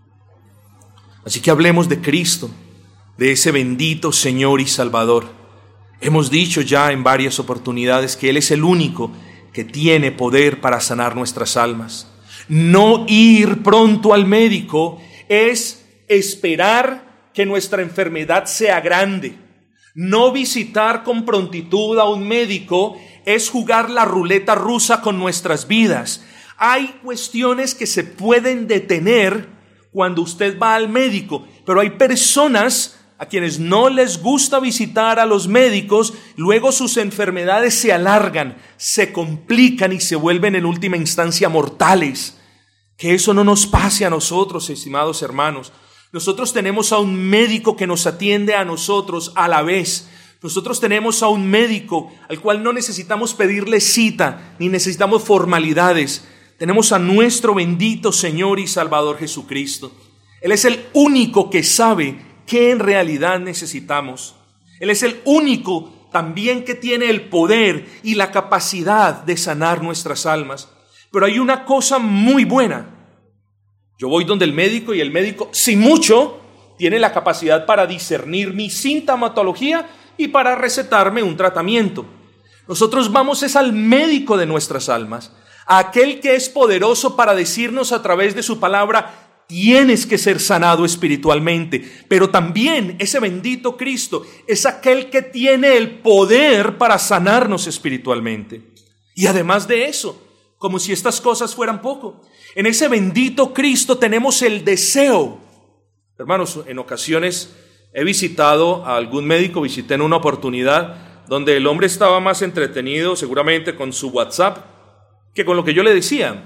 Así que hablemos de Cristo, de ese bendito Señor y Salvador. Hemos dicho ya en varias oportunidades que Él es el único que tiene poder para sanar nuestras almas. No ir pronto al médico es esperar que nuestra enfermedad sea grande. No visitar con prontitud a un médico es jugar la ruleta rusa con nuestras vidas. Hay cuestiones que se pueden detener cuando usted va al médico, pero hay personas a quienes no les gusta visitar a los médicos, luego sus enfermedades se alargan, se complican y se vuelven en última instancia mortales. Que eso no nos pase a nosotros, estimados hermanos. Nosotros tenemos a un médico que nos atiende a nosotros a la vez. Nosotros tenemos a un médico al cual no necesitamos pedirle cita, ni necesitamos formalidades. Tenemos a nuestro bendito Señor y Salvador Jesucristo. Él es el único que sabe qué en realidad necesitamos. Él es el único también que tiene el poder y la capacidad de sanar nuestras almas. Pero hay una cosa muy buena. Yo voy donde el médico y el médico, si mucho, tiene la capacidad para discernir mi sintomatología y para recetarme un tratamiento. Nosotros vamos es al médico de nuestras almas, a aquel que es poderoso para decirnos a través de su palabra: tienes que ser sanado espiritualmente. Pero también ese bendito Cristo es aquel que tiene el poder para sanarnos espiritualmente. Y además de eso, como si estas cosas fueran poco, en ese bendito Cristo tenemos el deseo. Hermanos, en ocasiones he visitado a algún médico, visité en una oportunidad donde el hombre estaba más entretenido seguramente con su WhatsApp que con lo que yo le decía.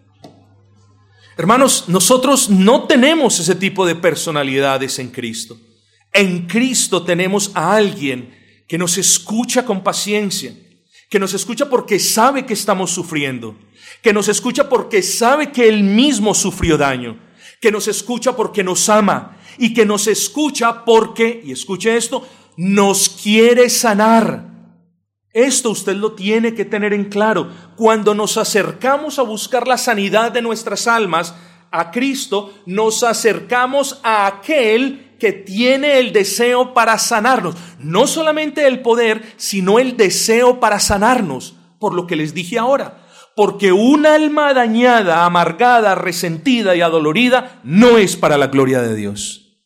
Hermanos, nosotros no tenemos ese tipo de personalidades en Cristo. En Cristo tenemos a alguien que nos escucha con paciencia, que nos escucha porque sabe que estamos sufriendo, que nos escucha porque sabe que Él mismo sufrió daño, que nos escucha porque nos ama y que nos escucha porque, y escuche esto, nos quiere sanar. Esto usted lo tiene que tener en claro. Cuando nos acercamos a buscar la sanidad de nuestras almas a Cristo, nos acercamos a aquel que tiene el deseo para sanarnos. No solamente el poder, sino el deseo para sanarnos, por lo que les dije ahora. Porque un alma dañada, amargada, resentida y adolorida no es para la gloria de Dios.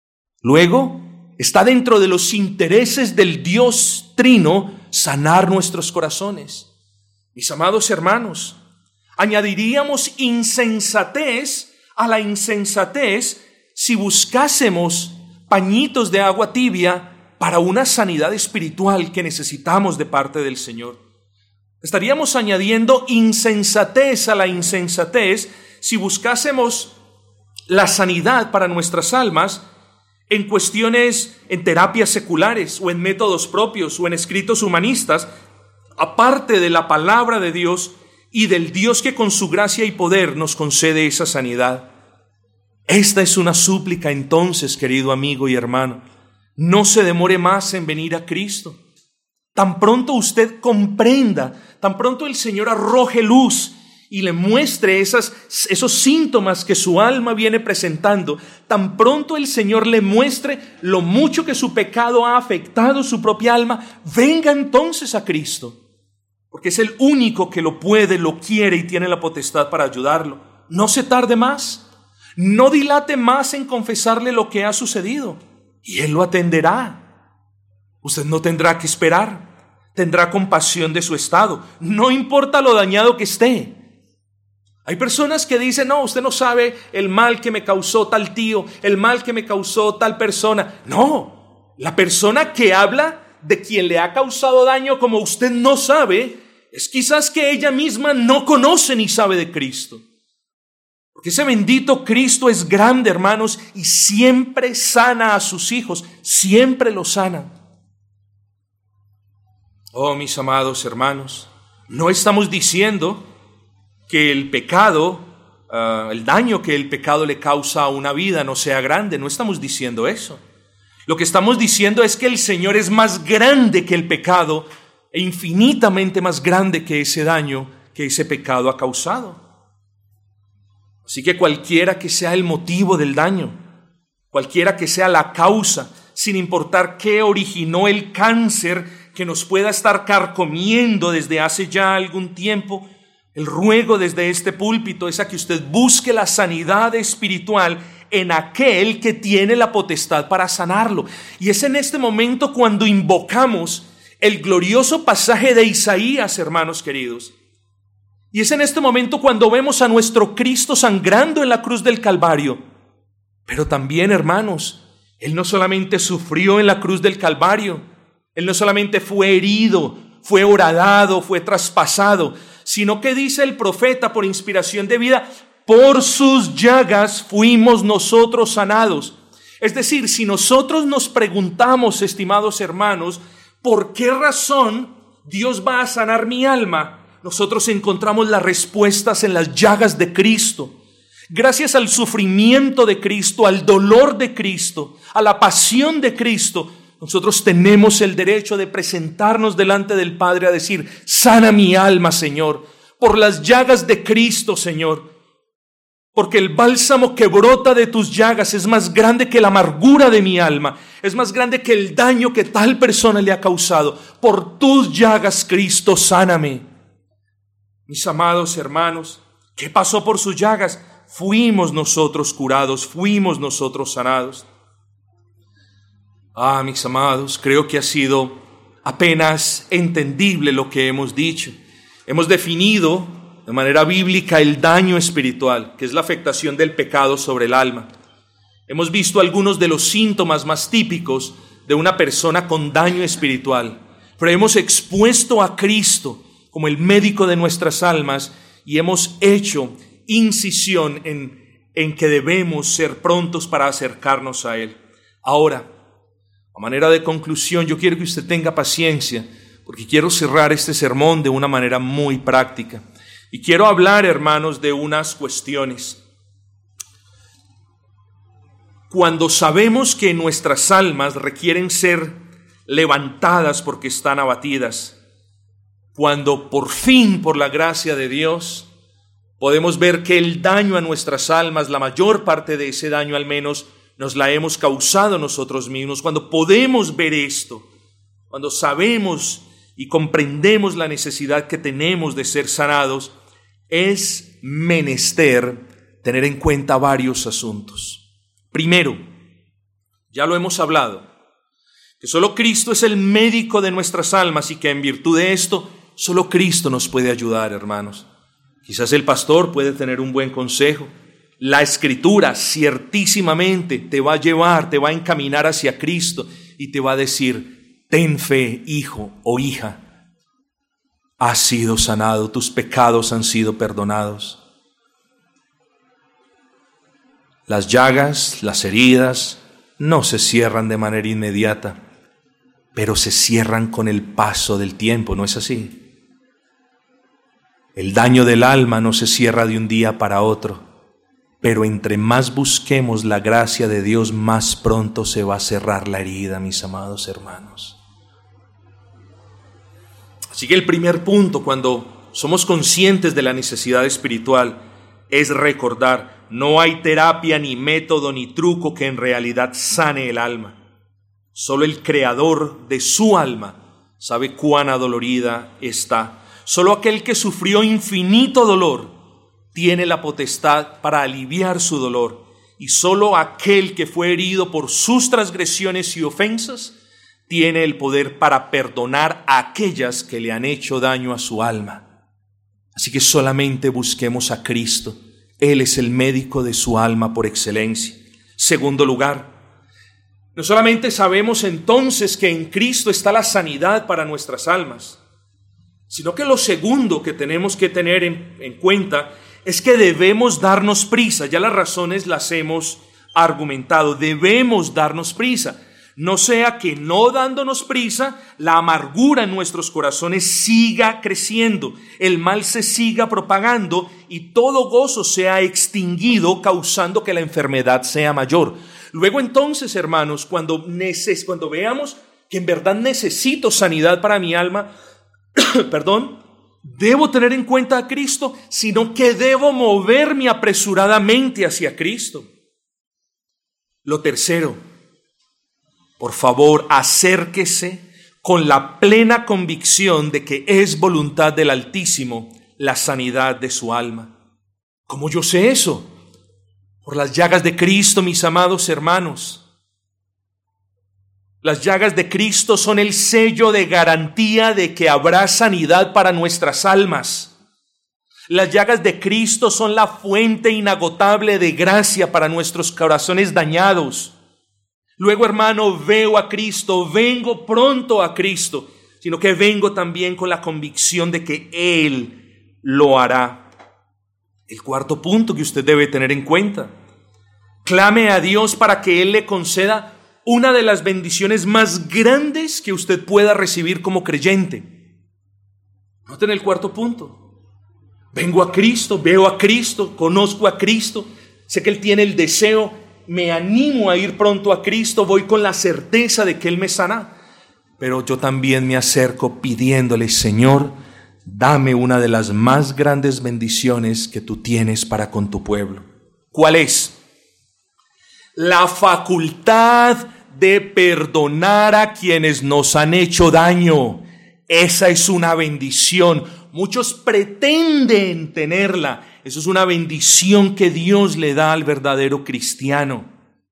Luego, está dentro de los intereses del Dios Trino sanar nuestros corazones. Mis amados hermanos, añadiríamos insensatez a la insensatez si buscásemos pañitos de agua tibia para una sanidad espiritual que necesitamos de parte del Señor. Estaríamos añadiendo insensatez a la insensatez si buscásemos la sanidad para nuestras almas en cuestiones, en terapias seculares o en métodos propios o en escritos humanistas, aparte de la palabra de Dios y del Dios que con su gracia y poder nos concede esa sanidad. Esta es una súplica entonces, querido amigo y hermano. No se demore más en venir a Cristo. Tan pronto usted comprenda, tan pronto el Señor arroje luz y le muestre esas, esos síntomas que su alma viene presentando, tan pronto el Señor le muestre lo mucho que su pecado ha afectado su propia alma, venga entonces a Cristo, porque es el único que lo puede, lo quiere y tiene la potestad para ayudarlo. No se tarde más, no dilate más en confesarle lo que ha sucedido, y Él lo atenderá. Usted no tendrá que esperar, tendrá compasión de su estado, no importa lo dañado que esté. Hay personas que dicen, no, usted no sabe el mal que me causó tal tío, el mal que me causó tal persona. No, la persona que habla de quien le ha causado daño como usted no sabe, es quizás que ella misma no conoce ni sabe de Cristo. Porque ese bendito Cristo es grande, hermanos, y siempre sana a sus hijos, siempre los sana. Oh, mis amados hermanos, no estamos diciendo que el pecado, uh, el daño que el pecado le causa a una vida no sea grande. No estamos diciendo eso. Lo que estamos diciendo es que el Señor es más grande que el pecado e infinitamente más grande que ese daño que ese pecado ha causado. Así que cualquiera que sea el motivo del daño, cualquiera que sea la causa, sin importar qué originó el cáncer que nos pueda estar carcomiendo desde hace ya algún tiempo, el ruego desde este púlpito es a que usted busque la sanidad espiritual en aquel que tiene la potestad para sanarlo. Y es en este momento cuando invocamos el glorioso pasaje de Isaías, hermanos queridos. Y es en este momento cuando vemos a nuestro Cristo sangrando en la cruz del Calvario. Pero también, hermanos, Él no solamente sufrió en la cruz del Calvario, Él no solamente fue herido, fue horadado, fue traspasado, sino que dice el profeta por inspiración de vida, por sus llagas fuimos nosotros sanados. Es decir, si nosotros nos preguntamos, estimados hermanos, ¿por qué razón Dios va a sanar mi alma? Nosotros encontramos las respuestas en las llagas de Cristo. Gracias al sufrimiento de Cristo, al dolor de Cristo, a la pasión de Cristo, nosotros tenemos el derecho de presentarnos delante del Padre a decir, sana mi alma, Señor, por las llagas de Cristo, Señor. Porque el bálsamo que brota de tus llagas es más grande que la amargura de mi alma, es más grande que el daño que tal persona le ha causado. Por tus llagas, Cristo, sáname. Mis amados hermanos, ¿qué pasó por sus llagas? Fuimos nosotros curados, fuimos nosotros sanados. Ah, mis amados, creo que ha sido apenas entendible lo que hemos dicho. Hemos definido de manera bíblica el daño espiritual, que es la afectación del pecado sobre el alma. Hemos visto algunos de los síntomas más típicos de una persona con daño espiritual, pero hemos expuesto a Cristo como el médico de nuestras almas y hemos hecho incisión en, en que debemos ser prontos para acercarnos a Él. Ahora, a manera de conclusión, yo quiero que usted tenga paciencia, porque quiero cerrar este sermón de una manera muy práctica. Y quiero hablar, hermanos, de unas cuestiones. Cuando sabemos que nuestras almas requieren ser levantadas porque están abatidas, cuando por fin, por la gracia de Dios, podemos ver que el daño a nuestras almas, la mayor parte de ese daño al menos, nos la hemos causado nosotros mismos, cuando podemos ver esto, cuando sabemos y comprendemos la necesidad que tenemos de ser sanados, es menester tener en cuenta varios asuntos. Primero, ya lo hemos hablado, que solo Cristo es el médico de nuestras almas y que en virtud de esto, solo Cristo nos puede ayudar, hermanos. Quizás el pastor puede tener un buen consejo. La Escritura ciertísimamente te va a llevar, te va a encaminar hacia Cristo y te va a decir: ten fe, hijo o hija, has sido sanado, tus pecados han sido perdonados. Las llagas, las heridas, no se cierran de manera inmediata, pero se cierran con el paso del tiempo, ¿no es así? El daño del alma no se cierra de un día para otro. Pero entre más busquemos la gracia de Dios, más pronto se va a cerrar la herida, mis amados hermanos. Así que el primer punto, cuando somos conscientes de la necesidad espiritual, es recordar: no hay terapia, ni método, ni truco que en realidad sane el alma. Solo el Creador de su alma sabe cuán adolorida está. Solo aquel que sufrió infinito dolor tiene la potestad para aliviar su dolor, y solo aquel que fue herido por sus transgresiones y ofensas tiene el poder para perdonar a aquellas que le han hecho daño a su alma. Así que solamente busquemos a Cristo. Él es el médico de su alma por excelencia. Segundo lugar, no solamente sabemos entonces que en Cristo está la sanidad para nuestras almas, sino que lo segundo que tenemos que tener en, en cuenta es que debemos darnos prisa. Ya las razones las hemos argumentado. Debemos darnos prisa. No sea que no dándonos prisa, la amargura en nuestros corazones siga creciendo, el mal se siga propagando y todo gozo sea extinguido, causando que la enfermedad sea mayor. Luego entonces, hermanos, cuando, neces- cuando veamos que en verdad necesito sanidad para mi alma, perdón, debo tener en cuenta a Cristo, sino que debo moverme apresuradamente hacia Cristo. Lo tercero, por favor, acérquese con la plena convicción de que es voluntad del Altísimo la sanidad de su alma. ¿Cómo yo sé eso? Por las llagas de Cristo, mis amados hermanos. Las llagas de Cristo son el sello de garantía de que habrá sanidad para nuestras almas. Las llagas de Cristo son la fuente inagotable de gracia para nuestros corazones dañados. Luego, hermano, veo a Cristo, vengo pronto a Cristo, sino que vengo también con la convicción de que Él lo hará. El cuarto punto que usted debe tener en cuenta: clame a Dios para que Él le conceda una de las bendiciones más grandes que usted pueda recibir como creyente. Noten el cuarto punto. Vengo a Cristo, veo a Cristo, conozco a Cristo, sé que Él tiene el deseo, me animo a ir pronto a Cristo, voy con la certeza de que Él me sana. Pero yo también me acerco pidiéndole: Señor, dame una de las más grandes bendiciones que tú tienes para con tu pueblo. ¿Cuál es? La facultad de perdonar a quienes nos han hecho daño. Esa es una bendición. Muchos pretenden tenerla. Eso es una bendición que Dios le da al verdadero cristiano.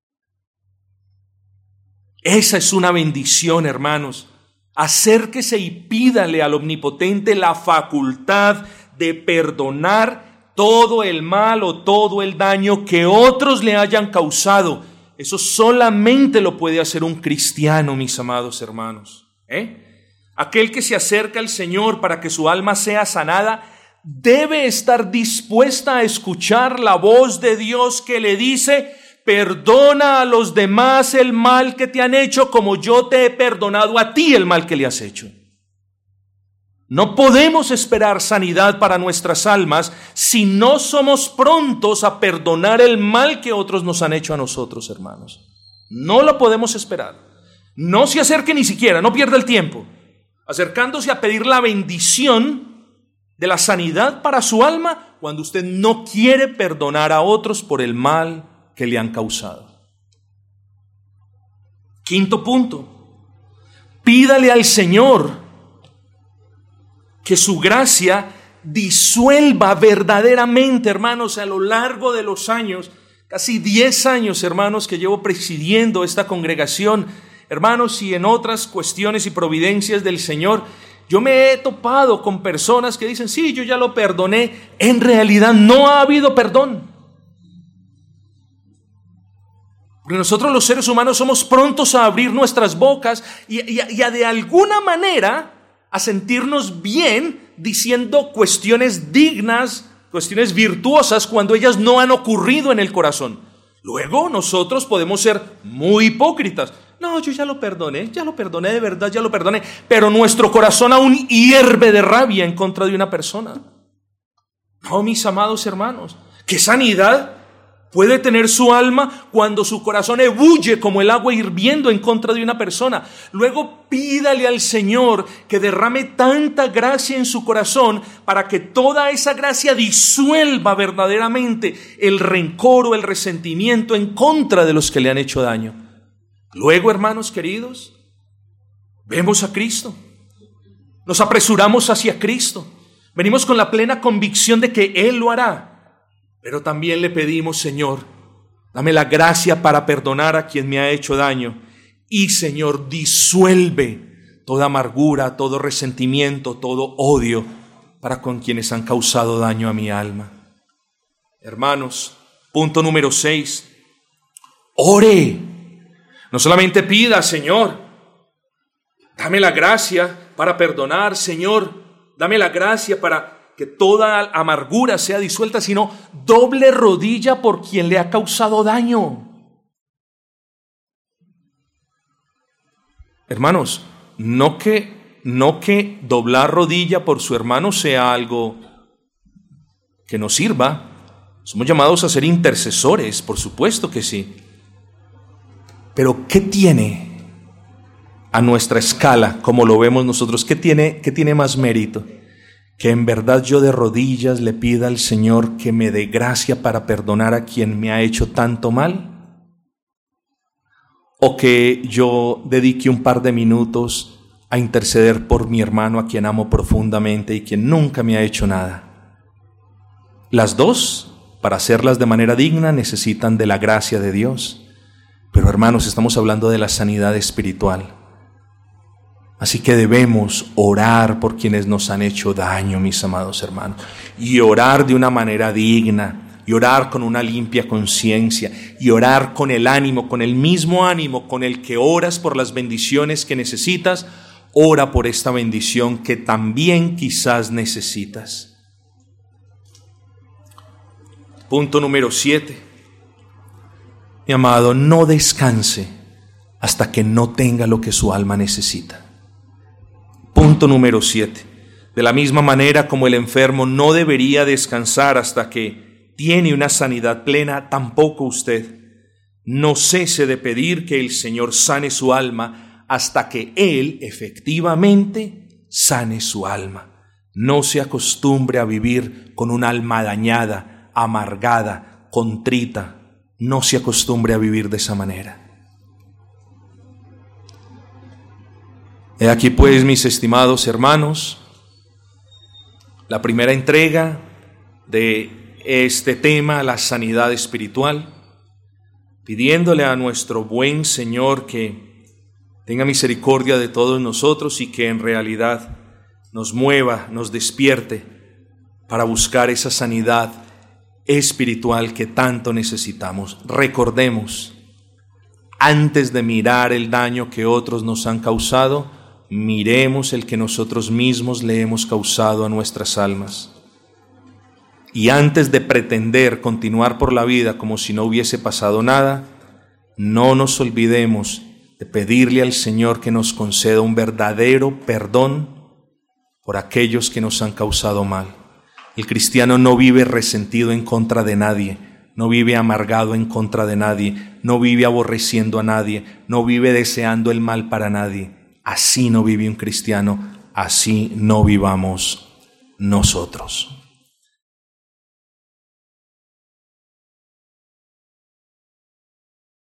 Esa es una bendición, hermanos. Acérquese y pídale al Omnipotente la facultad de perdonar todo el mal o todo el daño que otros le hayan causado. Eso solamente lo puede hacer un cristiano, mis amados hermanos. ¿Eh? Aquel que se acerca al Señor para que su alma sea sanada, debe estar dispuesta a escuchar la voz de Dios que le dice: perdona a los demás el mal que te han hecho como yo te he perdonado a ti el mal que le has hecho. No podemos esperar sanidad para nuestras almas si no somos prontos a perdonar el mal que otros nos han hecho a nosotros, hermanos. No lo podemos esperar. No se acerque ni siquiera, no pierda el tiempo acercándose a pedir la bendición de la sanidad para su alma cuando usted no quiere perdonar a otros por el mal que le han causado. Quinto punto: pídale al Señor que su gracia disuelva verdaderamente, hermanos, a lo largo de los años, casi diez años, hermanos, que llevo presidiendo esta congregación, hermanos, y en otras cuestiones y providencias del Señor, yo me he topado con personas que dicen: sí, yo ya lo perdoné. En realidad no ha habido perdón. Porque nosotros los seres humanos somos prontos a abrir nuestras bocas y, y, y a de alguna manera a sentirnos bien diciendo cuestiones dignas, cuestiones virtuosas, cuando ellas no han ocurrido en el corazón. Luego nosotros podemos ser muy hipócritas. No, yo ya lo perdoné, ya lo perdoné de verdad, ya lo perdoné. Pero nuestro corazón aún hierve de rabia en contra de una persona. No, mis amados hermanos, ¿qué sanidad puede tener su alma cuando su corazón ebulle como el agua hirviendo en contra de una persona? Luego pídale al Señor que derrame tanta gracia en su corazón para que toda esa gracia disuelva verdaderamente el rencor o el resentimiento en contra de los que le han hecho daño. Luego, hermanos queridos, vemos a Cristo, nos apresuramos hacia Cristo, venimos con la plena convicción de que Él lo hará. Pero también le pedimos: Señor, dame la gracia para perdonar a quien me ha hecho daño. Y, Señor, disuelve toda amargura, todo resentimiento, todo odio para con quienes han causado daño a mi alma. Hermanos, punto número seis. Ore. No solamente pida: Señor, dame la gracia para perdonar. Señor, dame la gracia para que toda amargura sea disuelta, sino doble rodilla por quien le ha causado daño. Hermanos, no que, no que doblar rodilla por su hermano sea algo que nos sirva. Somos llamados a ser intercesores, por supuesto que sí. Pero ¿qué tiene a nuestra escala, como lo vemos nosotros? ¿Qué tiene, qué tiene más mérito? Que en verdad yo de rodillas le pida al Señor que me dé gracia para perdonar a quien me ha hecho tanto mal, o que yo dedique un par de minutos a interceder por mi hermano a quien amo profundamente y quien nunca me ha hecho nada. Las dos, para hacerlas de manera digna, necesitan de la gracia de Dios. Pero, hermanos, estamos hablando de la sanidad espiritual. Así que debemos orar por quienes nos han hecho daño, mis amados hermanos, y orar de una manera digna, y orar con una limpia conciencia, y orar con el ánimo, con el mismo ánimo con el que oras por las bendiciones que necesitas. Ora por esta bendición que también quizás necesitas. Punto número siete. Mi amado, no descanse hasta que no tenga lo que su alma necesita. Punto número siete. De la misma manera como el enfermo no debería descansar hasta que tiene una sanidad plena, tampoco usted. No cese de pedir que el Señor sane su alma hasta que Él efectivamente sane su alma. No se acostumbre a vivir con un alma dañada, amargada, contrita. No se acostumbre a vivir de esa manera. He aquí pues, mis estimados hermanos, la primera entrega de este tema, la sanidad espiritual, pidiéndole a nuestro buen Señor que tenga misericordia de todos nosotros y que en realidad nos mueva, nos despierte para buscar esa sanidad espiritual que tanto necesitamos. Recordemos, antes de mirar el daño que otros nos han causado, miremos el que nosotros mismos le hemos causado a nuestras almas. Y antes de pretender continuar por la vida como si no hubiese pasado nada, no nos olvidemos de pedirle al Señor que nos conceda un verdadero perdón por aquellos que nos han causado mal. El cristiano no vive resentido en contra de nadie, no vive amargado en contra de nadie, no vive aborreciendo a nadie, no vive deseando el mal para nadie. Así no vive un cristiano, así no vivamos nosotros.